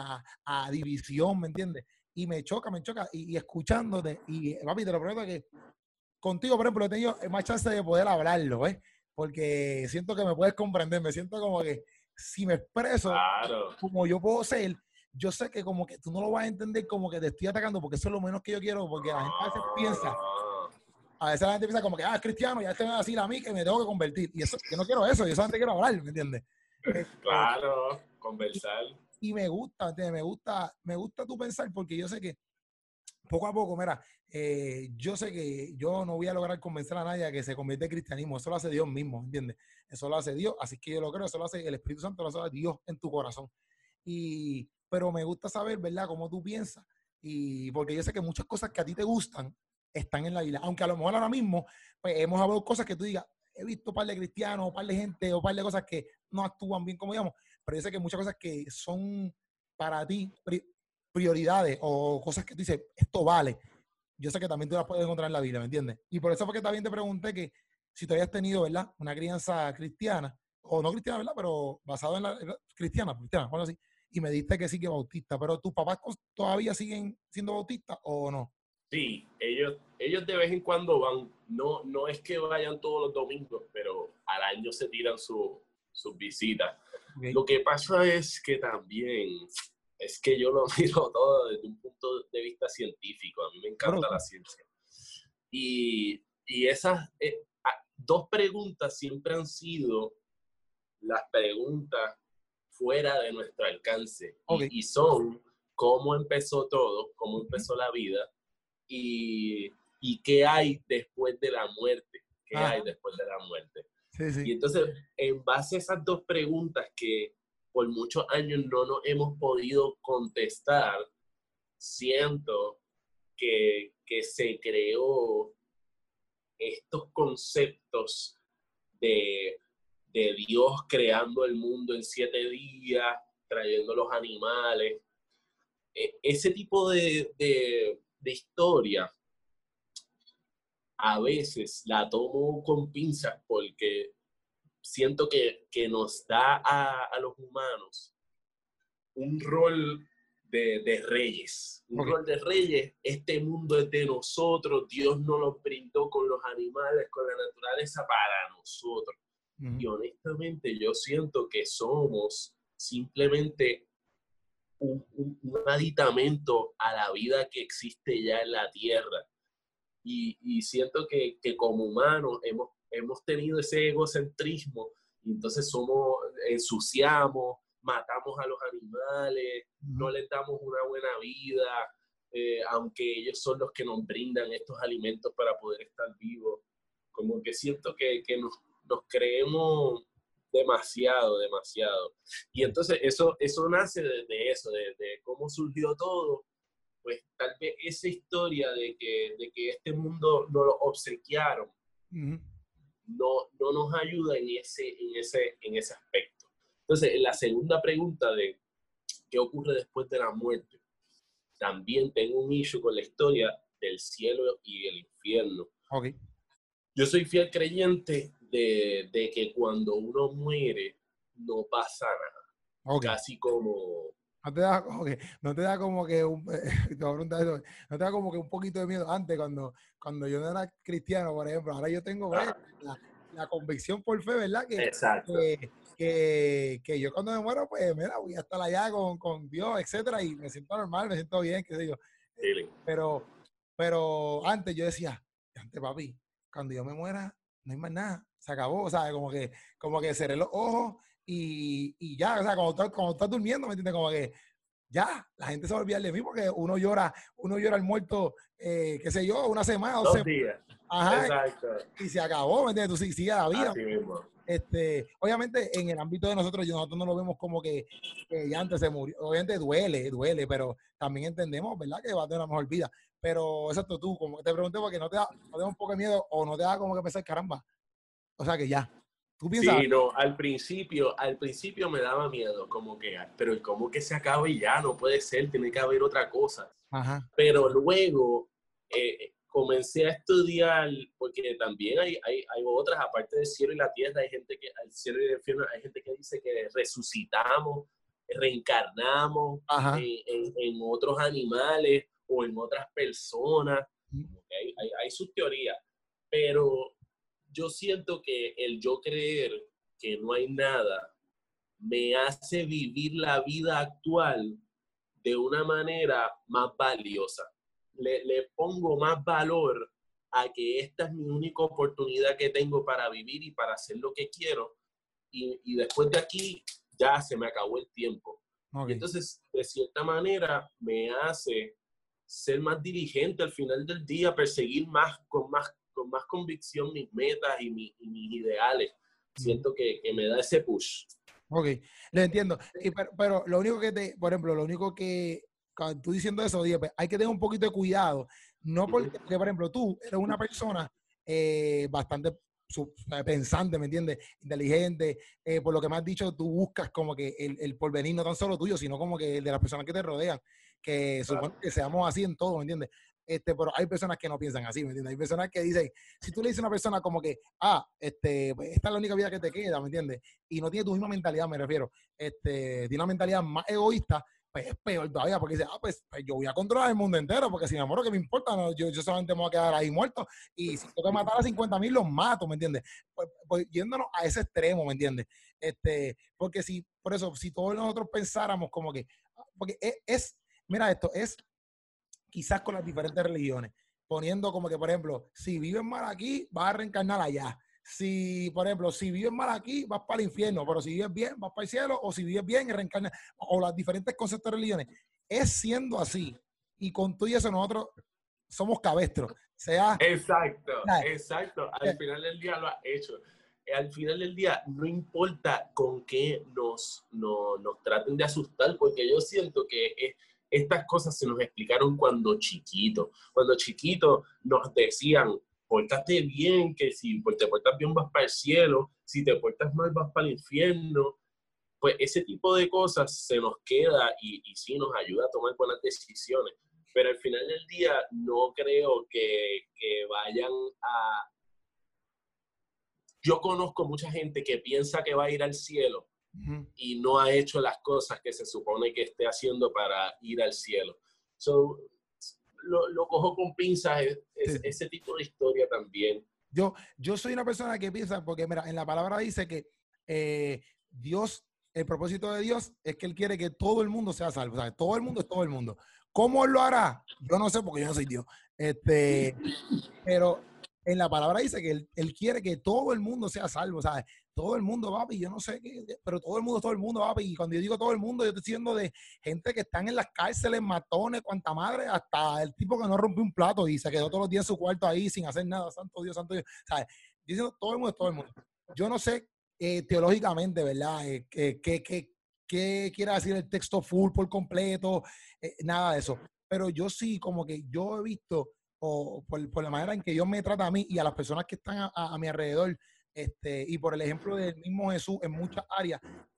[SPEAKER 3] a división, ¿me entiendes? Y me choca, y escuchándote, y papi, te lo prometo que contigo, por ejemplo, he tenido más chance de poder hablarlo, ¿ves? Porque siento que me puedes comprender, me siento como que si me expreso
[SPEAKER 2] Claro.
[SPEAKER 3] como yo puedo ser, yo sé que como que tú no lo vas a entender como que te estoy atacando, porque eso es lo menos que yo quiero, porque la gente a veces piensa, a veces la gente piensa como que, es cristiano, ya este me va a decir a mí que me tengo que convertir. Y eso, yo no quiero eso, yo solamente quiero hablar, ¿me entiendes?
[SPEAKER 2] Claro,
[SPEAKER 3] Y,
[SPEAKER 2] conversar.
[SPEAKER 3] y me gusta, ¿entiendes? Me gusta tu pensar, porque yo sé que poco a poco, mira, yo sé que yo no voy a lograr convencer a nadie a que se convierta en cristianismo, eso lo hace Dios mismo, ¿entiendes? Eso lo hace Dios, así que yo lo creo, eso lo hace el Espíritu Santo, lo hace Dios en tu corazón. Pero me gusta saber, ¿verdad?, cómo tú piensas, y porque yo sé que muchas cosas que a ti te gustan están en la Biblia, aunque a lo mejor ahora mismo, pues hemos hablado cosas que tú digas, he visto un par de cristianos, un par de gente, o un par de cosas que no actúan bien como digamos, pero yo sé que muchas cosas que son para ti prioridades o cosas que tú dices, esto vale, yo sé que también tú las puedes encontrar en la Biblia, ¿me entiendes? Y por eso fue que también te pregunté que si tú habías tenido, ¿verdad?, una crianza cristiana, o no cristiana, ¿verdad?, pero basado en la cristiana, bueno, así, y me diste que sí, que bautista, pero ¿tus papás todavía siguen siendo bautistas o no?
[SPEAKER 2] Sí, ellos de vez en cuando van, no es que vayan todos los domingos, pero al año se tiran sus visitas.
[SPEAKER 3] Okay.
[SPEAKER 2] Lo que pasa es que también, es que yo lo miro todo desde un punto de vista científico, a mí me
[SPEAKER 3] Bro,
[SPEAKER 2] encanta la ciencia. Y esas dos preguntas siempre han sido las preguntas fuera de nuestro alcance
[SPEAKER 3] okay.
[SPEAKER 2] y son cómo empezó todo, cómo empezó la vida y, y qué hay después de la muerte, qué hay después de la muerte.
[SPEAKER 3] Sí, sí.
[SPEAKER 2] Y entonces, en base a esas dos preguntas que por muchos años no nos hemos podido contestar, siento que se creó estos conceptos de, de Dios creando el mundo en 7 días, trayendo los animales. Ese tipo de historia a veces la tomo con pinzas porque siento que nos da a los humanos un rol de reyes. Un
[SPEAKER 3] Okay.
[SPEAKER 2] rol de reyes. Este mundo es de nosotros. Dios nos lo brindó con los animales, con la naturaleza para nosotros. Y honestamente yo siento que somos simplemente un aditamento a la vida que existe ya en la tierra. Y siento que como humanos hemos tenido ese egocentrismo y entonces ensuciamos, matamos a los animales, no les damos una buena vida, aunque ellos son los que nos brindan estos alimentos para poder estar vivos. Como que siento que nos creemos demasiado, demasiado. Y entonces eso nace de eso, de cómo surgió todo. Pues tal vez esa historia de que este mundo nos lo obsequiaron no nos ayuda en ese aspecto. Entonces, en la segunda pregunta de qué ocurre después de la muerte, también tengo un issue con la historia del cielo y el infierno.
[SPEAKER 3] Okay.
[SPEAKER 2] Yo soy fiel creyente de que cuando uno muere no pasa nada.
[SPEAKER 3] Okay.
[SPEAKER 2] Casi como
[SPEAKER 3] no te da como que te voy a preguntar eso, no te da como que un poquito de miedo antes cuando yo no era cristiano, por ejemplo, ahora yo tengo pues,
[SPEAKER 2] Ah,
[SPEAKER 3] la convicción por fe, ¿verdad?
[SPEAKER 2] exacto.
[SPEAKER 3] Que yo cuando me muero, pues mira, voy a estar allá con Dios, etcétera, y me siento normal, me siento bien, qué sé yo.
[SPEAKER 2] Feeling.
[SPEAKER 3] Pero, pero antes yo decía, antes papi, cuando yo me muera, no hay más nada, se acabó, o sea, como que cerré los ojos y ya, o sea, cuando estás durmiendo, ¿me entiendes? Como que ya, la gente se va a olvidar de mí porque uno llora al muerto, qué sé yo, una semana,
[SPEAKER 2] 2
[SPEAKER 3] 2 semanas,
[SPEAKER 2] días.
[SPEAKER 3] ajá,
[SPEAKER 2] Exacto.
[SPEAKER 3] y se acabó, ¿me entiendes? Tú sigues la vida.
[SPEAKER 2] Así mismo.
[SPEAKER 3] Obviamente en el ámbito de nosotros no lo vemos como que ya antes se murió. Obviamente duele, pero también entendemos, ¿verdad? Que va a tener una mejor vida. Pero exacto, tú, como te pregunté, porque no te da un poco de miedo o no te da como que pensar, caramba. O sea que ya, tú piensas,
[SPEAKER 2] Sí, no, al principio me daba miedo, como que, pero ¿cómo que se acaba y ya? No puede ser, tiene que haber otra cosa.
[SPEAKER 3] ajá,
[SPEAKER 2] Pero luego comencé a estudiar, porque también hay otras, aparte del cielo y la tierra, hay gente que, al cielo y el infierno, hay gente que dice que resucitamos, reencarnamos
[SPEAKER 3] ajá.
[SPEAKER 2] en otros animales o en otras personas. Como que hay sus teorías, pero yo siento que el yo creer que no hay nada me hace vivir la vida actual de una manera más valiosa. Le pongo más valor a que esta es mi única oportunidad que tengo para vivir y para hacer lo que quiero. Y después de aquí ya se me acabó el tiempo.
[SPEAKER 3] Ok.
[SPEAKER 2] Y entonces, de cierta manera, me hace ser más diligente al final del día, perseguir con más convicción mis metas y mis ideales.
[SPEAKER 3] Ujú.
[SPEAKER 2] Siento que me da ese push.
[SPEAKER 3] Ok, lo entiendo. Pero lo único por ejemplo, lo único que, cuando tú diciendo eso, dije, pues, hay que tener un poquito de cuidado. No porque, por ejemplo, tú eres una persona bastante pensante, ¿me entiendes? Inteligente. Por lo que me has dicho, tú buscas como que el porvenir no tan solo tuyo, sino como que el de las personas que te rodean. Que supone que seamos así en todo, ¿me entiendes? Pero hay personas que no piensan así, ¿me entiendes? Hay personas que dicen, si tú le dices a una persona como que, pues, esta es la única vida que te queda, ¿me entiendes? Y no tiene tu misma mentalidad, me refiero, tiene una mentalidad más egoísta, pues es peor todavía, porque dice, pues yo voy a controlar el mundo entero, porque si me muero, ¿qué me importa? No, yo solamente me voy a quedar ahí muerto, y si tengo que matar a 50,000, los mato, ¿me entiendes? Pues yéndonos a ese extremo, ¿me entiendes? Porque si, por eso, si todos nosotros pensáramos como que, porque mira esto, es quizás con las diferentes religiones, poniendo como que, por ejemplo, si vives mal aquí, vas a reencarnar allá. Si, por ejemplo, si vives mal aquí, vas para el infierno, pero si vives bien, vas para el cielo, o si vives bien, reencarnas, o las diferentes conceptos de religiones. Es siendo así, y con tú y eso nosotros somos cabestros, sea,
[SPEAKER 2] Exacto,
[SPEAKER 3] sea,
[SPEAKER 2] exacto. Al final del día lo ha hecho. Al final del día no importa con qué nos traten de asustar, porque yo siento que estas cosas se nos explicaron cuando chiquitos. Cuando chiquitos nos decían, pórtate bien, que si te portas bien vas para el cielo, si te portas mal vas para el infierno. Pues ese tipo de cosas se nos queda y sí nos ayuda a tomar buenas decisiones. Pero al final del día no creo que vayan a... Yo conozco mucha gente que piensa que va a ir al cielo y no ha hecho las cosas que se supone que esté haciendo para ir al cielo. So, lo cojo con pinzas
[SPEAKER 3] sí, sí.
[SPEAKER 2] ese tipo de historia también.
[SPEAKER 3] Yo soy una persona que piensa, porque mira, en la palabra dice que Dios, el propósito de Dios es que Él quiere que todo el mundo sea salvo. O sea, todo el mundo es todo el mundo. ¿Cómo Él lo hará? Yo no sé porque yo no soy Dios. Pero en la palabra dice que él quiere que todo el mundo sea salvo, ¿sabes? Todo el mundo, papi, yo no sé qué, pero todo el mundo es todo el mundo, papi. Y cuando yo digo todo el mundo, yo estoy diciendo de gente que están en las cárceles, matones, cuanta madre, hasta el tipo que no rompió un plato y se quedó todos los días en su cuarto ahí sin hacer nada. Santo Dios, ¿sabes? Diciendo todo el mundo es todo el mundo. Yo no sé teológicamente, ¿verdad? ¿Qué quiere decir el texto full por completo? Nada de eso. Pero yo sí, como que yo he visto o por la manera en que Dios me trata a mí y a las personas que están a mi alrededor, y por el ejemplo del mismo Jesús en muchas áreas,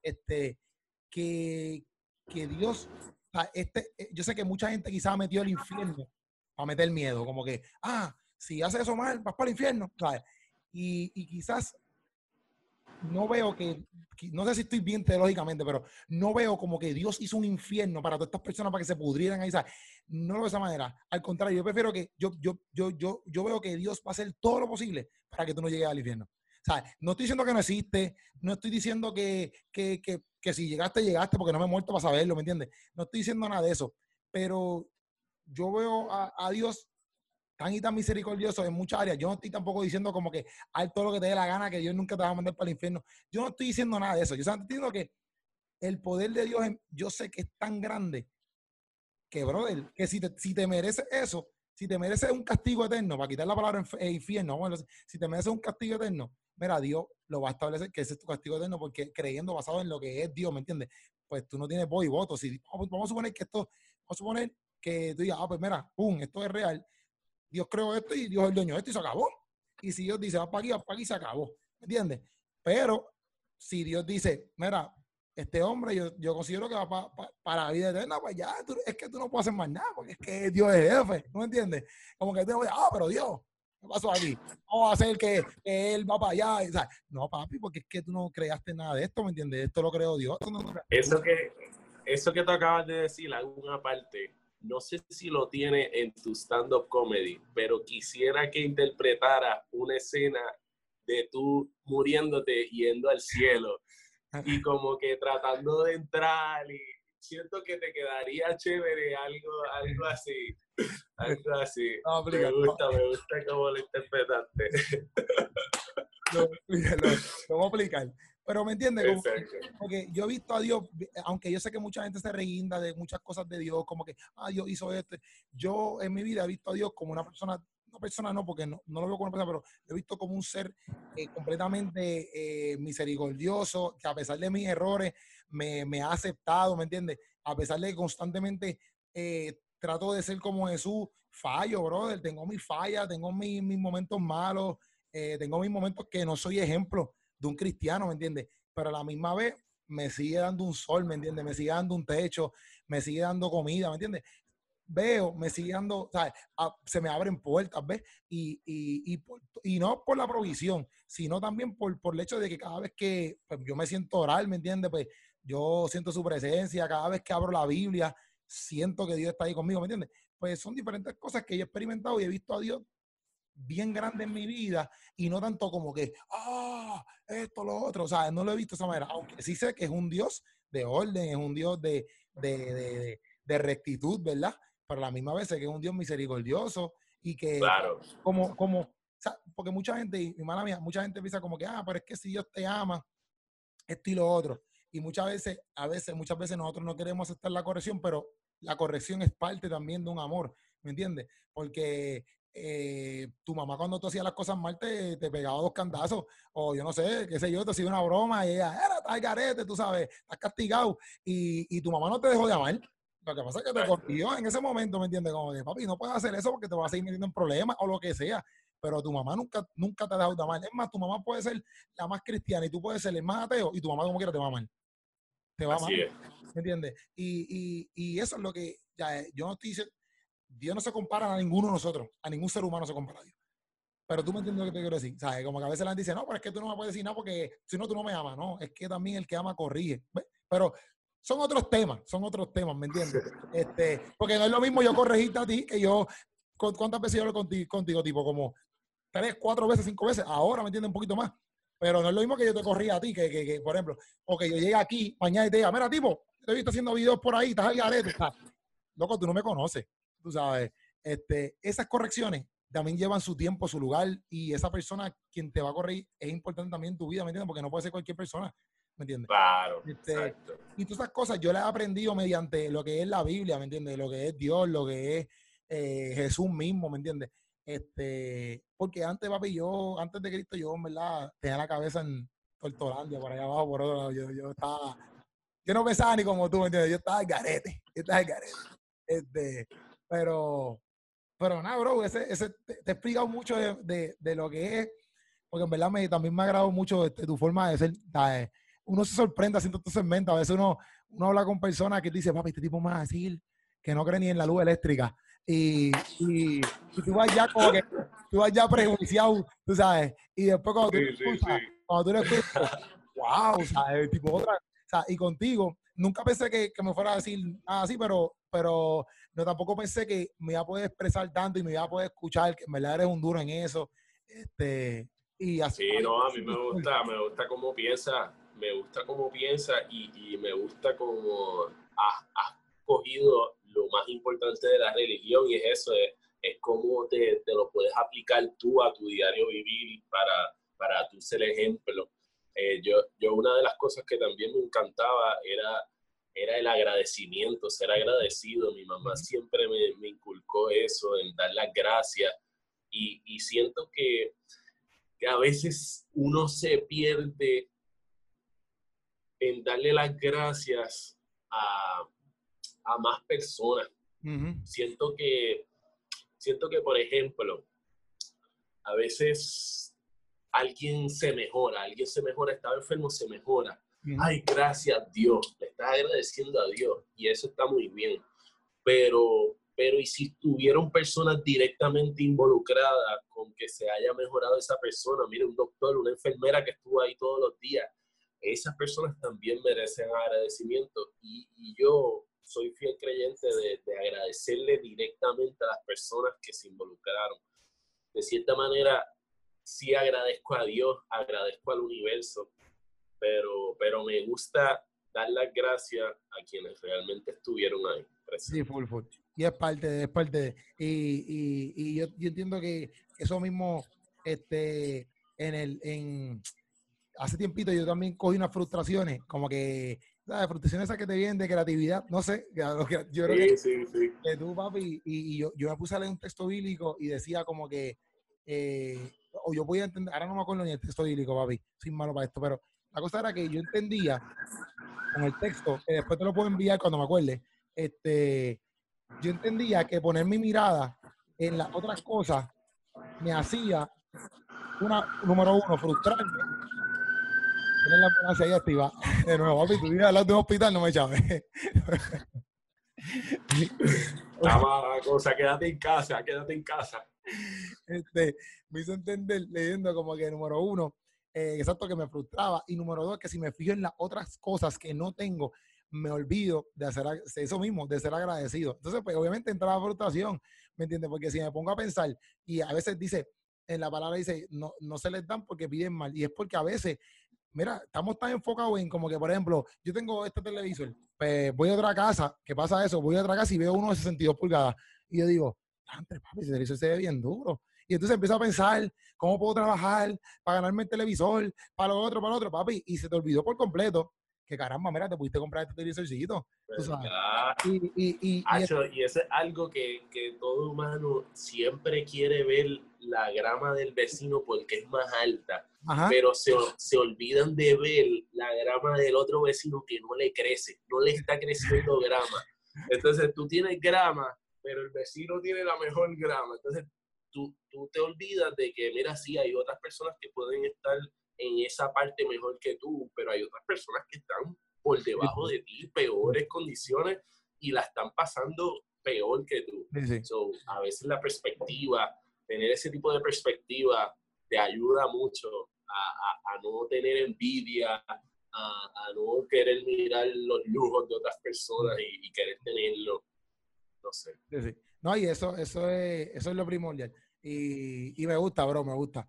[SPEAKER 3] que, que Dios, o sea, yo sé que mucha gente quizás ha metido el infierno para meter miedo, como que, si haces eso mal, vas para el infierno, ¿sabes? Y quizás no veo no sé si estoy bien teológicamente, pero no veo como que Dios hizo un infierno para todas estas personas para que se pudrieran ahí, ¿sabes? No lo veo de esa manera. Al contrario, yo prefiero que, yo veo que Dios va a hacer todo lo posible para que tú no llegues al infierno. O sea, no estoy diciendo que no existe, no estoy diciendo que si llegaste, porque no me he muerto para saberlo, ¿me entiendes? No estoy diciendo nada de eso, pero yo veo a Dios tan y tan misericordioso en muchas áreas. Yo no estoy tampoco diciendo como que haz todo lo que te dé la gana, que Dios nunca te va a mandar para el infierno. Yo no estoy diciendo nada de eso. Yo estoy diciendo que el poder de Dios, yo sé que es tan grande que, brother, que si te mereces eso, si te mereces un castigo eterno, para quitar la palabra infierno, bueno, si te mereces un castigo eterno, mira, Dios lo va a establecer que ese es tu castigo eterno, porque creyendo basado en lo que es Dios, ¿me entiendes? Pues tú no tienes voz y voto. Si, vamos a suponer que vamos a suponer que tú digas, pues mira, pum, esto es real. Dios creó esto y Dios es el dueño de esto y se acabó. Y si Dios dice, va para aquí, se acabó. ¿Me entiendes? Pero si Dios dice, mira, este hombre yo considero que va para la vida eterna, pues ya, es que tú no puedes hacer más nada, porque es que Dios es jefe, ¿no me entiendes? Como que tú, pero Dios, ¿qué pasó aquí? Vamos a hacer que él va para allá. Y, ¿sabes? No, papi, porque es que tú no creaste nada de esto, ¿me entiendes? Esto lo creó Dios.
[SPEAKER 2] Eso que tú acabas de decir, alguna parte, no sé si lo tiene en tu stand-up comedy, pero quisiera que interpretara una escena de tú muriéndote yendo al cielo y como que tratando de entrar, y siento que te quedaría chévere algo así. Algo así.
[SPEAKER 3] No,
[SPEAKER 2] me gusta cómo lo interpretaste.
[SPEAKER 3] Lo voy a aplicar. Pero me entiendes, porque yo he visto a Dios, aunque yo sé que mucha gente se reguinda de muchas cosas de Dios, como que, Dios hizo esto. Yo en mi vida he visto a Dios como una persona no, porque no lo veo como una persona, pero lo he visto como un ser completamente misericordioso, que a pesar de mis errores me ha aceptado, ¿me entiendes? A pesar de que constantemente trato de ser como Jesús, fallo, brother, tengo mis fallas, tengo mis momentos malos, tengo mis momentos que no soy ejemplo de un cristiano, ¿me entiendes? Pero a la misma vez me sigue dando un sol, ¿me entiendes? Me sigue dando un techo, me sigue dando comida, ¿me entiendes? Me sigue dando, ¿sabes? Se me abren puertas, ¿ves? Y no por la provisión, sino también por el hecho de que cada vez que pues, yo me siento orar, ¿me entiendes? Pues yo siento su presencia, cada vez que abro la Biblia, siento que Dios está ahí conmigo, ¿me entiendes? Pues son diferentes cosas que yo he experimentado y he visto a Dios bien grande en mi vida y no tanto como que, esto, lo otro, o sea, no lo he visto de esa manera, aunque sí sé que es un Dios de orden, es un Dios de rectitud, ¿verdad? Pero a la misma vez sé que es un Dios misericordioso y que
[SPEAKER 2] claro.
[SPEAKER 3] o sea, porque mucha gente, y mala mía, mucha gente piensa como que, pero es que si Dios te ama, esto y lo otro. Y muchas veces nosotros no queremos aceptar la corrección, pero la corrección es parte también de un amor, ¿me entiendes? Porque tu mamá cuando tú hacías las cosas mal te pegaba 2 candazos, o yo no sé, qué sé yo, te hacía una broma y ella, estás al garete, tú sabes, estás castigado, y tu mamá no te dejó de amar. Lo que pasa es que te corrigió en ese momento, ¿me entiendes? Como de, papi, no puedes hacer eso porque te vas a seguir metiendo en problemas o lo que sea, pero tu mamá nunca te ha dejado de amar. Es más, tu mamá puede ser la más cristiana y tú puedes ser el más ateo y tu mamá como quiera te va a amar. Te va a amar, ¿me entiendes? Y eso es lo que, yo no estoy diciendo, Dios no se compara a ninguno de nosotros, a ningún ser humano se compara a Dios. Pero tú me entiendes lo que te quiero decir, ¿sabes? Como que a veces la gente dice, no, pero es que tú no me puedes decir nada porque si no, tú no me amas, no, es que también el que ama corrige, ¿ves? Pero son otros temas, ¿me entiendes? Porque no es lo mismo yo corregirte a ti que yo, ¿cuántas veces yo hablo contigo, tipo como 3, 4 veces, 5 veces, ahora me entiendes un poquito más, pero no es lo mismo que yo te corría a ti, que por ejemplo, o que yo llegue aquí mañana y te diga, mira, tipo, te he visto haciendo videos por ahí, estás al garete, loco, tú no me conoces, tú sabes, esas correcciones también llevan su tiempo, su lugar, y esa persona quien te va a corregir es importante también en tu vida, ¿me entiendes? Porque no puede ser cualquier persona, ¿me entiendes?
[SPEAKER 2] Claro, exacto.
[SPEAKER 3] Y todas esas cosas yo las he aprendido mediante lo que es la Biblia, ¿me entiendes? Lo que es Dios, lo que es Jesús mismo, ¿me entiendes? Porque antes, papi, antes de Cristo, yo, en verdad, tenía la cabeza en Tortolandia, por allá abajo, por otro lado, yo no pensaba ni como tú, ¿me entiendes? Yo estaba al garete, pero nada, bro, te he explicado mucho de lo que es, porque en verdad también me ha agradado mucho tu forma de ser, ¿sabes? Uno se sorprende haciendo estos segmentos, a veces uno habla con personas que dice, papi, este tipo me va a decir que no cree ni en la luz eléctrica, y tú vas ya como que, tú vas ya prejuiciado, tú sabes, y después cuando tú escuchas, cuando tú lo escuchas, wow, o sea, es tipo otra, o sea, y contigo, nunca pensé que me fuera a decir nada así, pero no tampoco pensé que me iba a poder expresar tanto y me iba a poder escuchar, que en verdad eres un duro en eso, y así.
[SPEAKER 2] Sí, no, a mí me gusta cómo piensa, y me gusta cómo has cogido lo más importante de la religión y es eso, es cómo te lo puedes aplicar tú a tu diario vivir para tú ser ejemplo. Yo una de las cosas que también me encantaba era el agradecimiento, ser agradecido. Mi mamá siempre me inculcó eso, en dar las gracias y siento que a veces uno se pierde en darle las gracias a más personas. Siento que, por ejemplo, a veces alguien se mejora, estaba enfermo, se mejora. Ay, gracias a Dios, le estás agradeciendo a Dios y eso está muy bien. Pero y si tuvieron personas directamente involucradas con que se haya mejorado esa persona, mire, un doctor, una enfermera que estuvo ahí todos los días, esas personas también merecen agradecimiento y yo soy fiel creyente de agradecerle directamente a las personas que se involucraron. De cierta manera, sí agradezco a Dios, agradezco al universo, pero me gusta dar las gracias a quienes realmente estuvieron ahí.
[SPEAKER 3] Sí, full. Y es parte de. Y yo entiendo que eso mismo, hace tiempito yo también cogí unas frustraciones, como que, ¿sabes? Frustraciones esas que te vienen de creatividad, no sé, yo creo
[SPEAKER 2] Sí.
[SPEAKER 3] que tú, papi, y yo me puse a leer un texto bíblico y decía como que, o yo podía entender, ahora no me acuerdo ni el texto bíblico, papi, soy malo para esto, pero la cosa era que yo entendía con el texto, que después te lo puedo enviar cuando me acuerde, yo entendía que poner mi mirada en las otras cosas me hacía, número uno, frustrarme, tener la ambulancia ahí activa. De nuevo, papi, tú vives al lado de un hospital, no me llames.
[SPEAKER 2] La cosa, quédate en casa.
[SPEAKER 3] Me hizo entender leyendo como que número uno, exacto, que me frustraba, y número dos, que si me fijo en las otras cosas que no tengo, me olvido de hacer eso mismo, de ser agradecido. Entonces, pues obviamente entra la frustración, ¿me entiendes? Porque si me pongo a pensar, y a veces dice, en la palabra dice, no se les dan porque piden mal, y es porque a veces, mira, estamos tan enfocados en como que, por ejemplo, yo tengo este televisor, pues voy a otra casa, ¿qué pasa eso? Voy a otra casa y veo uno de 62 pulgadas, y yo digo, antes, papi, ese televisor se ve bien duro. Y entonces empiezo a pensar, ¿cómo puedo trabajar para ganarme el televisor, para lo otro, papi? Y se te olvidó por completo que caramba, mira, te pudiste comprar este televisorcito. Tú sabes. Y
[SPEAKER 2] eso es algo que todo humano siempre quiere ver la grama del vecino porque es más alta, pero se olvidan de ver la grama del otro vecino que no le crece, no le está creciendo grama. Entonces tú tienes grama, pero el vecino tiene la mejor grama. Entonces tú te olvidas de que, mira, sí, hay otras personas que pueden estar en esa parte mejor que tú, pero hay otras personas que están por debajo de ti, peores condiciones, y la están pasando peor que tú.
[SPEAKER 3] Sí.
[SPEAKER 2] So, a veces la perspectiva, tener ese tipo de perspectiva te ayuda mucho a no tener envidia, a no querer mirar los lujos de otras personas y querer tenerlo, no sé.
[SPEAKER 3] Sí. No, y eso es lo primordial. Y me gusta, bro, me gusta.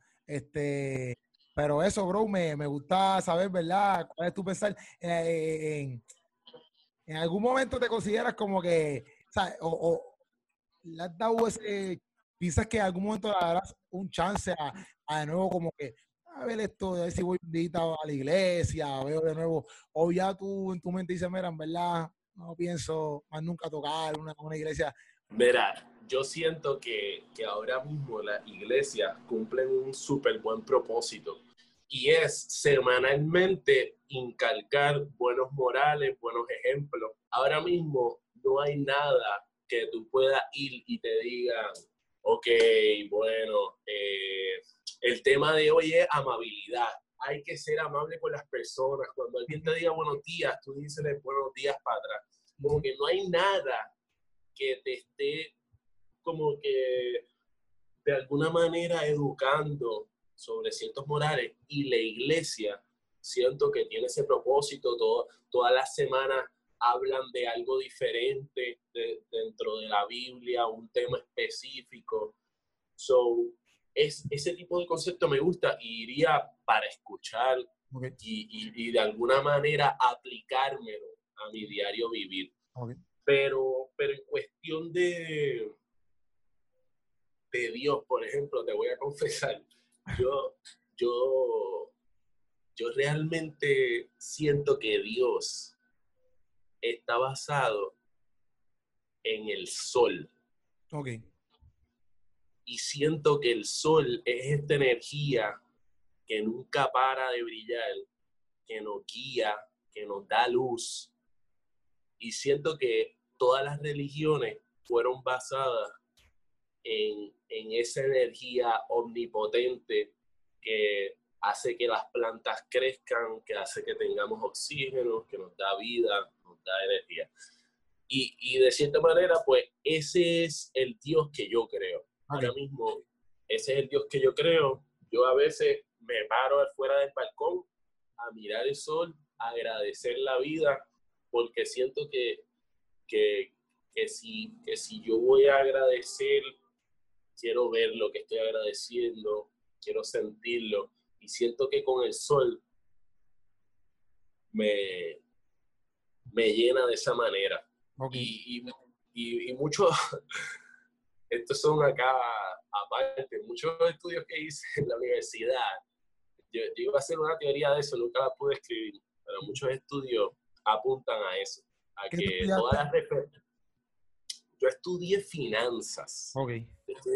[SPEAKER 3] Pero eso, bro, me gusta saber, ¿verdad? ¿Cuál es tu pensar? En algún momento te consideras como que, ¿sabes? O le has dado piensas que en algún momento le darás un chance a de nuevo como que, a ver esto, a ver si voy invitado a la iglesia, veo de nuevo, o ya tú en tu mente dices, mira, en verdad, no pienso más nunca tocar una iglesia.
[SPEAKER 2] Mira, yo siento que ahora mismo las iglesias cumplen un súper buen propósito y es semanalmente inculcar buenos morales, buenos ejemplos. Ahora mismo no hay nada que tú puedas ir y te digan, ok, bueno, el tema de hoy es amabilidad. Hay que ser amable con las personas. Cuando alguien te diga buenos días, tú dices buenos días para atrás. Como que no hay nada que te esté como que de alguna manera educando sobre ciertos morales, y la iglesia siento que tiene ese propósito, todas las semanas hablan de algo diferente dentro de la Biblia, un tema específico. Ese tipo de concepto me gusta y iría para escuchar
[SPEAKER 3] Okay.
[SPEAKER 2] y de alguna manera aplicármelo a mi diario vivir.
[SPEAKER 3] Okay.
[SPEAKER 2] Pero en cuestión de Dios, por ejemplo, te voy a confesar, yo realmente siento que Dios está basado en el sol.
[SPEAKER 3] Okay.
[SPEAKER 2] Y siento que el sol es esta energía que nunca para de brillar, que nos guía, que nos da luz. Y siento que todas las religiones fueron basadas en esa energía omnipotente que hace que las plantas crezcan, que hace que tengamos oxígeno, que nos da vida, nos da energía. Y de cierta manera, pues, ese es el Dios que yo creo.
[SPEAKER 3] Okay.
[SPEAKER 2] Ahora mismo, ese es el Dios que yo creo. Yo a veces me paro afuera del balcón a mirar el sol, a agradecer la vida, porque siento que si yo voy a agradecer, quiero ver lo que estoy agradeciendo, quiero sentirlo, y siento que con el sol me llena de esa manera.
[SPEAKER 3] Okay.
[SPEAKER 2] Y muchos, estos son acá aparte, muchos estudios que hice en la universidad, yo iba a hacer una teoría de eso, nunca la pude escribir, pero muchos estudios apuntan a eso, a que todas las referencias. Yo estudié finanzas.
[SPEAKER 3] Okay.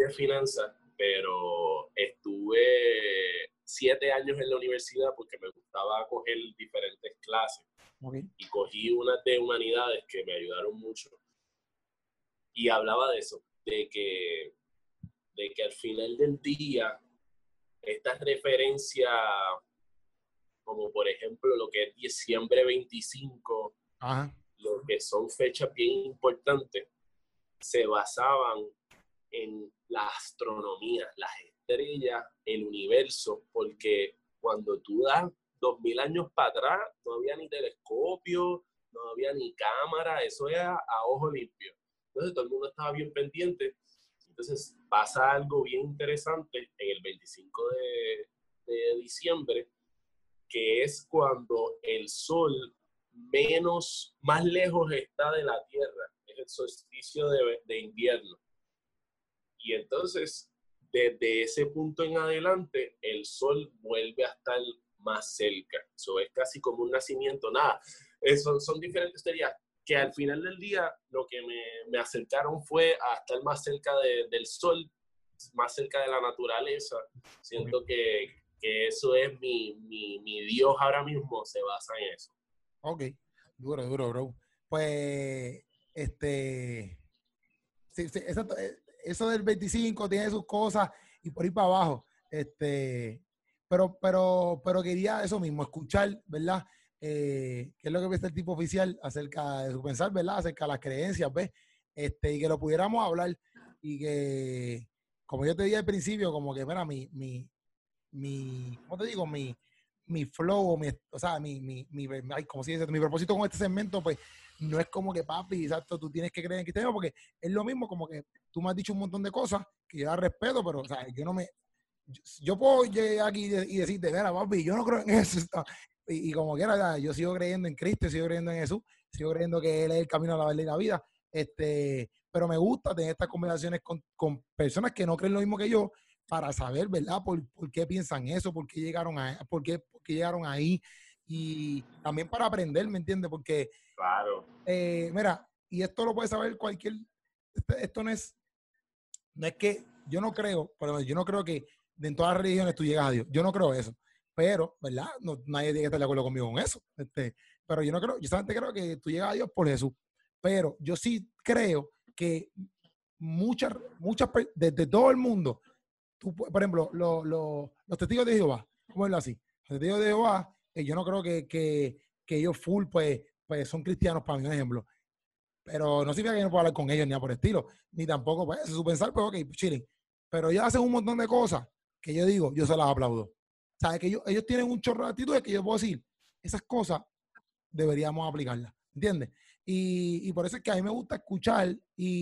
[SPEAKER 2] Pero estuve 7 años en la universidad porque me gustaba coger diferentes clases.
[SPEAKER 3] Okay.
[SPEAKER 2] Y cogí unas de humanidades que me ayudaron mucho. Y hablaba de eso, de que al final del día, estas referencias, como por ejemplo lo que es diciembre 25,
[SPEAKER 3] Ajá.
[SPEAKER 2] lo que son fechas bien importantes, se basaban en la astronomía, las estrellas, el universo, porque cuando tú das 2000 años para atrás, no había ni telescopio, no había ni cámara, eso era a ojo limpio. Entonces todo el mundo estaba bien pendiente. Entonces pasa algo bien interesante en el 25 de diciembre, que es cuando el sol más lejos está de la Tierra, es el solsticio de invierno. Y entonces, desde ese punto en adelante, el sol vuelve a estar más cerca. Eso es casi como un nacimiento. Nada, son diferentes teorías que al final del día lo que me acercaron fue a estar más cerca del sol, más cerca de la naturaleza. Siento que eso es mi Dios ahora mismo, se basa en eso.
[SPEAKER 3] Ok, duro, bro. Pues, sí, exacto, eso del 25 tiene sus cosas y por ahí para abajo, pero quería eso mismo, escuchar, ¿verdad? ¿Qué es lo que piensa el tipo oficial acerca de su pensar, ¿verdad? Acerca de las creencias, ¿ves? Y que lo pudiéramos hablar y que, como yo te dije al principio, como que, mira, ¿cómo te digo? Mi flow, o sea, como si dice, mi propósito con este segmento, pues, no es como que, papi, exacto, tú tienes que creer en cristianismo, porque es lo mismo como que tú me has dicho un montón de cosas que yo respeto, pero, o sea, yo puedo llegar aquí y decirte, mira, papi, yo no creo en eso, y como quiera, ¿verdad? Yo sigo creyendo en Cristo, sigo creyendo en Jesús, sigo creyendo que Él es el camino a la verdad y la vida, pero me gusta tener estas conversaciones con personas que no creen lo mismo que yo, para saber, ¿verdad? ¿Por qué piensan eso? ¿Por qué llegaron por qué llegaron ahí? Y también para aprender, ¿me entiendes? Porque,
[SPEAKER 2] claro.
[SPEAKER 3] Mira, y esto lo puede saber cualquier, esto no es que, yo no creo que en todas las religiones tú llegas a Dios. Yo no creo eso. Pero, ¿verdad? Nadie tiene que estar de acuerdo conmigo con eso. Pero yo no creo, yo solamente creo que tú llegas a Dios por Jesús. Pero yo sí creo que muchas, desde todo el mundo, por ejemplo, los testigos de Jehová, ¿cómo es así? Los testigos de Jehová, yo no creo que ellos full, pues son cristianos para mí, un ejemplo. Pero no significa que yo no puedo hablar con ellos ni nada por el estilo, ni tampoco, pues, su pensar, pues, ok, chilling. Pero ellos hacen un montón de cosas que yo digo, yo se las aplaudo. ¿Sabes? Que ellos tienen un chorro de actitudes que yo puedo decir, esas cosas deberíamos aplicarlas, ¿entiendes? Y por eso es que a mí me gusta escuchar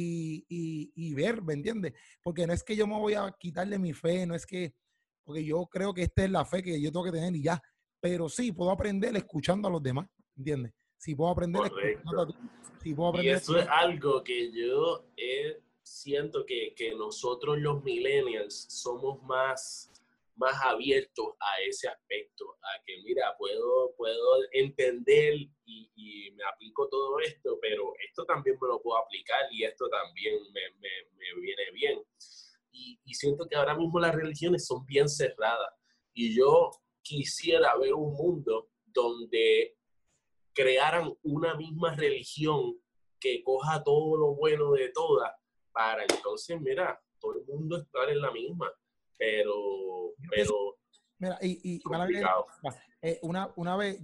[SPEAKER 3] y ver, ¿me entiendes? Porque no es que yo me voy a quitarle mi fe, no es que, porque yo creo que esta es la fe que yo tengo que tener y ya, pero sí, puedo aprender escuchando a los demás, ¿entiendes? Sí, puedo aprender escuchando a
[SPEAKER 2] Correcto.
[SPEAKER 3] ti, sí, puedo
[SPEAKER 2] Y
[SPEAKER 3] aprender
[SPEAKER 2] eso es
[SPEAKER 3] escuchando.
[SPEAKER 2] algo que yo siento que nosotros los millennials somos más abiertos a ese aspecto, a que mira, puedo entender y me aplico todo esto, pero esto también me lo puedo aplicar y esto también me viene bien. Y siento que ahora mismo las religiones son bien cerradas y yo quisiera ver un mundo donde crearan una misma religión que coja todo lo bueno de todas para entonces, mira, todo el mundo estar en la misma,
[SPEAKER 3] Yo pienso,
[SPEAKER 2] pero
[SPEAKER 3] mira, mala mía,
[SPEAKER 2] complicado.
[SPEAKER 3] una vez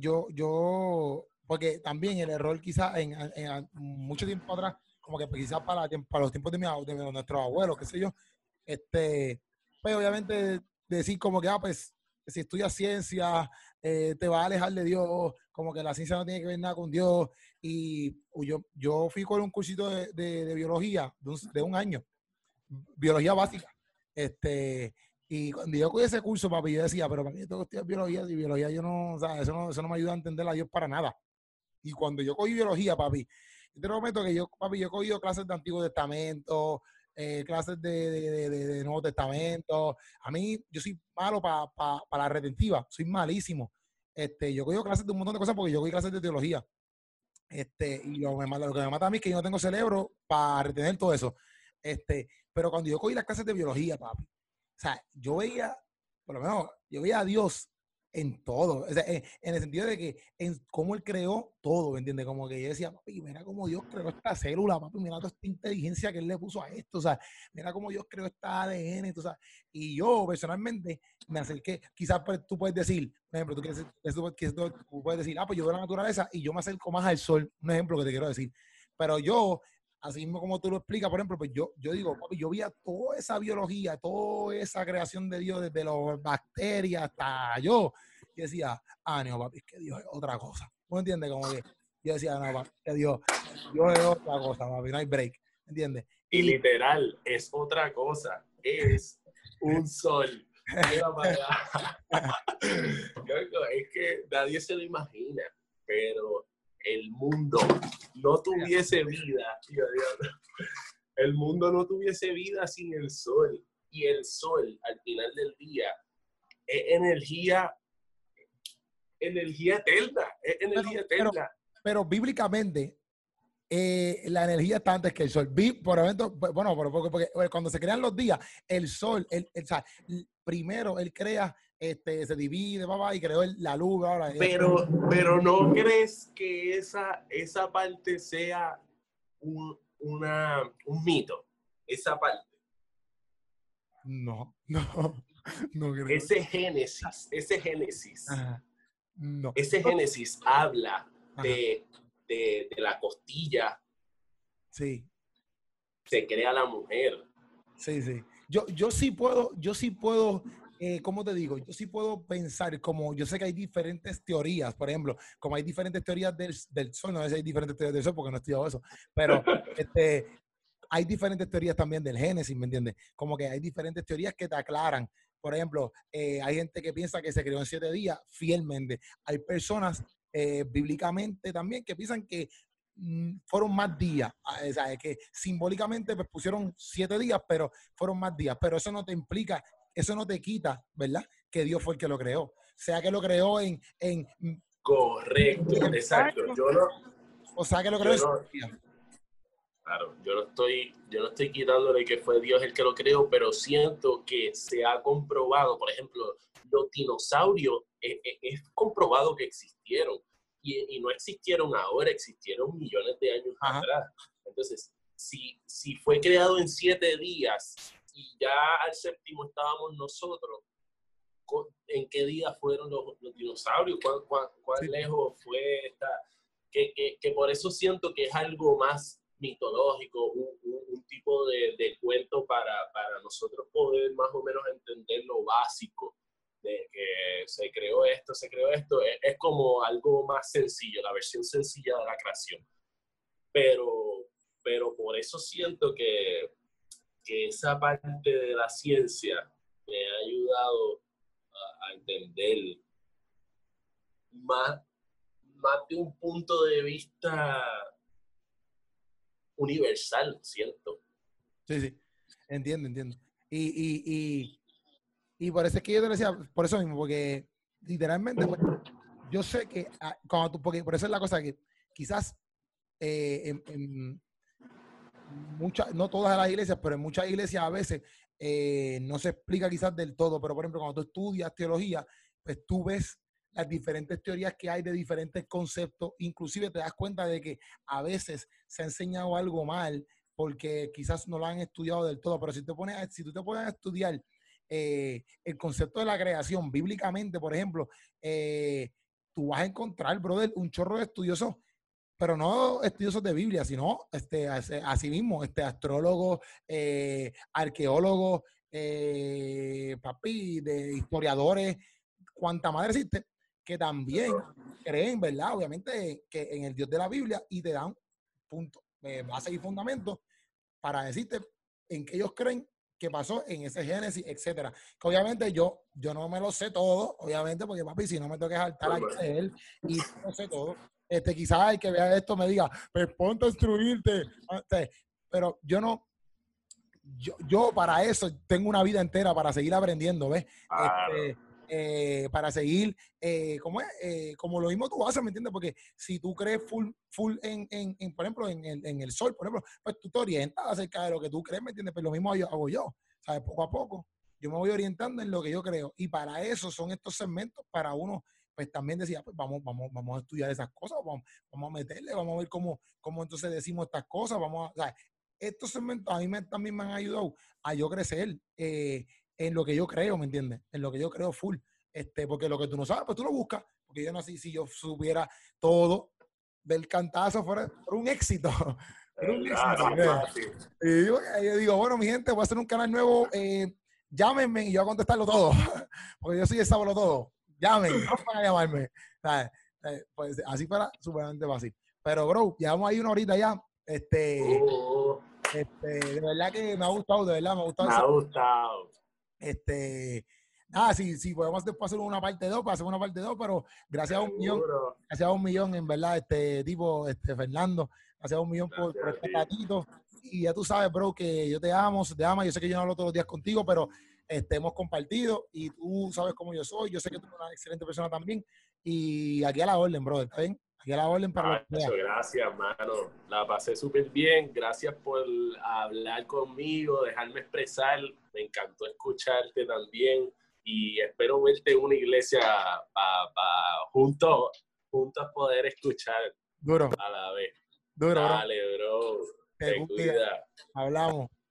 [SPEAKER 3] porque también el error quizás en mucho tiempo atrás, como que quizás para los tiempos de nuestros abuelos, qué sé yo, pues obviamente decir como que, pues, si estudias ciencia, te va a alejar de Dios, como que la ciencia no tiene que ver nada con Dios. Y yo fui con un cursito de biología de un año, biología básica. Y cuando yo cogí ese curso, papi, yo decía, pero para mí tengo que estudiar biología, y biología yo no, o sea, eso no me ayuda a entender a Dios para nada. Y cuando yo cogí biología, papi, yo te prometo que yo he cogido clases de Antiguo Testamento, clases de Nuevo Testamento. A mí, yo soy malo para la retentiva, soy malísimo. Yo he cogido clases de un montón de cosas porque yo cogí clases de teología. Y lo que me mata a mí es que yo no tengo cerebro para retener todo eso. Pero cuando yo cogí las clases de biología, papi, o sea, yo veía, por lo menos, yo veía a Dios en todo, o sea, en el sentido de que en cómo él creó todo, ¿me entiendes? Como que yo decía, papi, mira cómo Dios creó esta célula, papi, mira toda esta inteligencia que él le puso a esto, o sea, mira cómo Dios creó esta ADN, o sea, y yo personalmente me acerqué, quizás pues, tú puedes decir, por ejemplo, tú puedes decir, pues yo veo la naturaleza y yo me acerco más al sol, un ejemplo que te quiero decir, pero yo, así mismo como tú lo explicas, por ejemplo, pues yo digo, papi, yo vi a toda esa biología, toda esa creación de Dios, desde las bacterias hasta yo, y decía, no, papi, es que Dios es otra cosa. ¿No entiendes? Como que yo decía, no, papi, que Dios es otra cosa, papi, no hay break, ¿entiendes?
[SPEAKER 2] Y literal, es otra cosa, es un sol. Mira para allá. Es que nadie se lo imagina, pero el mundo no tuviese vida, el mundo no tuviese vida sin el sol. Y el sol, al final del día, es energía eterna, es energía eterna.
[SPEAKER 3] Pero bíblicamente, la energía está antes que el sol. Por ejemplo, bueno, porque cuando se crean los días, el sol, o sea, primero él crea, se divide, y creó la luz.
[SPEAKER 2] Pero ¿no crees que esa parte sea un mito? Esa parte.
[SPEAKER 3] No creo.
[SPEAKER 2] Ese Génesis.
[SPEAKER 3] Ajá. No.
[SPEAKER 2] Ese Génesis habla
[SPEAKER 3] Ajá.
[SPEAKER 2] de la costilla.
[SPEAKER 3] Sí.
[SPEAKER 2] Se crea la mujer.
[SPEAKER 3] Sí. Yo sí puedo, ¿cómo te digo? Yo sí puedo pensar, como yo sé que hay diferentes teorías, por ejemplo, como hay diferentes teorías del sol, no sé si hay diferentes teorías del sol porque no he estudiado eso, pero hay diferentes teorías también del Génesis, ¿me entiendes? Como que hay diferentes teorías que te aclaran. Por ejemplo, hay gente que piensa que se creó en 7 días, fielmente. Hay personas bíblicamente también que piensan que fueron más días, ¿sabes? Que simbólicamente pues, pusieron 7 días, pero fueron más días. Pero eso no te implica, eso no te quita, ¿verdad? Que Dios fue el que lo creó. Sea que lo creó en
[SPEAKER 2] Correcto, exacto.
[SPEAKER 3] O sea que lo creó en 7 días.
[SPEAKER 2] Claro, yo no estoy quitándole que fue Dios el que lo creó, pero siento que se ha comprobado, por ejemplo, los dinosaurios, es comprobado que existieron. Y no existieron ahora, existieron millones de años atrás. Entonces, si fue creado en 7 días y ya al séptimo estábamos nosotros, ¿en qué día fueron los dinosaurios? ¿Cuán lejos fue esta? Que por eso siento que es algo más mitológico, un tipo de cuento para nosotros poder más o menos entender lo básico de que se creó esto, es como algo más sencillo, la versión sencilla de la creación. Pero por eso siento que esa parte de la ciencia me ha ayudado a entender más de un punto de vista universal, siento.
[SPEAKER 3] Sí. Entiendo. Y por eso es que yo te decía, por eso mismo, porque literalmente, pues, yo sé que porque por eso es la cosa que quizás en muchas, no todas las iglesias, pero en muchas iglesias a veces no se explica quizás del todo, pero por ejemplo, cuando tú estudias teología, pues tú ves las diferentes teorías que hay de diferentes conceptos, inclusive te das cuenta de que a veces se ha enseñado algo mal porque quizás no lo han estudiado del todo, pero si tú te pones a estudiar el concepto de la creación bíblicamente, por ejemplo, tú vas a encontrar, brother, un chorro de estudiosos, pero no estudiosos de Biblia, sino así mismo, astrólogos, arqueólogos, papi, de historiadores, cuanta madre existe, que también creen, ¿verdad? Obviamente que en el Dios de la Biblia y te dan punto, base y fundamento para decirte en qué ellos creen que pasó en ese Génesis, etcétera. Que obviamente yo no me lo sé todo, obviamente, porque papi, si no me tengo que saltar aquí de él y no lo sé todo. Quizás el que vea esto me diga, pues ponte a instruirte. Pero yo no, yo para eso tengo una vida entera para seguir aprendiendo, ¿ves? Para seguir, ¿cómo es? Como lo mismo tú haces, ¿me entiendes? Porque si tú crees full por ejemplo, en el sol, por ejemplo, pues tú te orientas acerca de lo que tú crees, ¿me entiendes? Pues lo mismo hago yo, ¿sabes? Poco a poco, yo me voy orientando en lo que yo creo. Y para eso son estos segmentos, para uno, pues también decía, pues vamos a estudiar esas cosas, vamos a meterle, vamos a ver cómo entonces decimos estas cosas, ¿sabes? Estos segmentos a mí también me han ayudado a yo crecer en lo que yo creo, ¿me entiendes? En lo que yo creo full. Porque lo que tú no sabes, pues tú lo buscas. Porque yo no sé si yo supiera todo del cantazo fuera un éxito. Era un éxito. Y yo digo, bueno, mi gente, voy a hacer un canal nuevo. Llámenme y yo voy a contestarlo todo. Porque yo soy el sábado todo. Llamen, no van a llamarme. Pues así fuera súper fácil. Pero, bro, llevamos ahí una horita ya. De verdad que me ha gustado, de verdad, me ha gustado.
[SPEAKER 2] Me ha gustado.
[SPEAKER 3] Nada, sí, podemos después hacer una parte 2, para hacer una parte 2, pero gracias a un millón, en verdad, Fernando, gracias a un millón por este ratito. Y ya tú sabes, bro, que yo te amo, te amo. Yo sé que yo no hablo todos los días contigo, pero hemos compartido y tú sabes cómo yo soy. Yo sé que tú eres una excelente persona también. Y aquí a la orden, bro, ¿está bien? Aquí a la orden para lo que sea.
[SPEAKER 2] Gracias, mano. La pasé súper bien. Gracias por hablar conmigo, dejarme expresar. Me encantó escucharte también. Y espero verte en una iglesia juntos poder escuchar
[SPEAKER 3] duro
[SPEAKER 2] a la vez.
[SPEAKER 3] Duro,
[SPEAKER 2] Dale, bro. Te cuida.
[SPEAKER 3] Hablamos.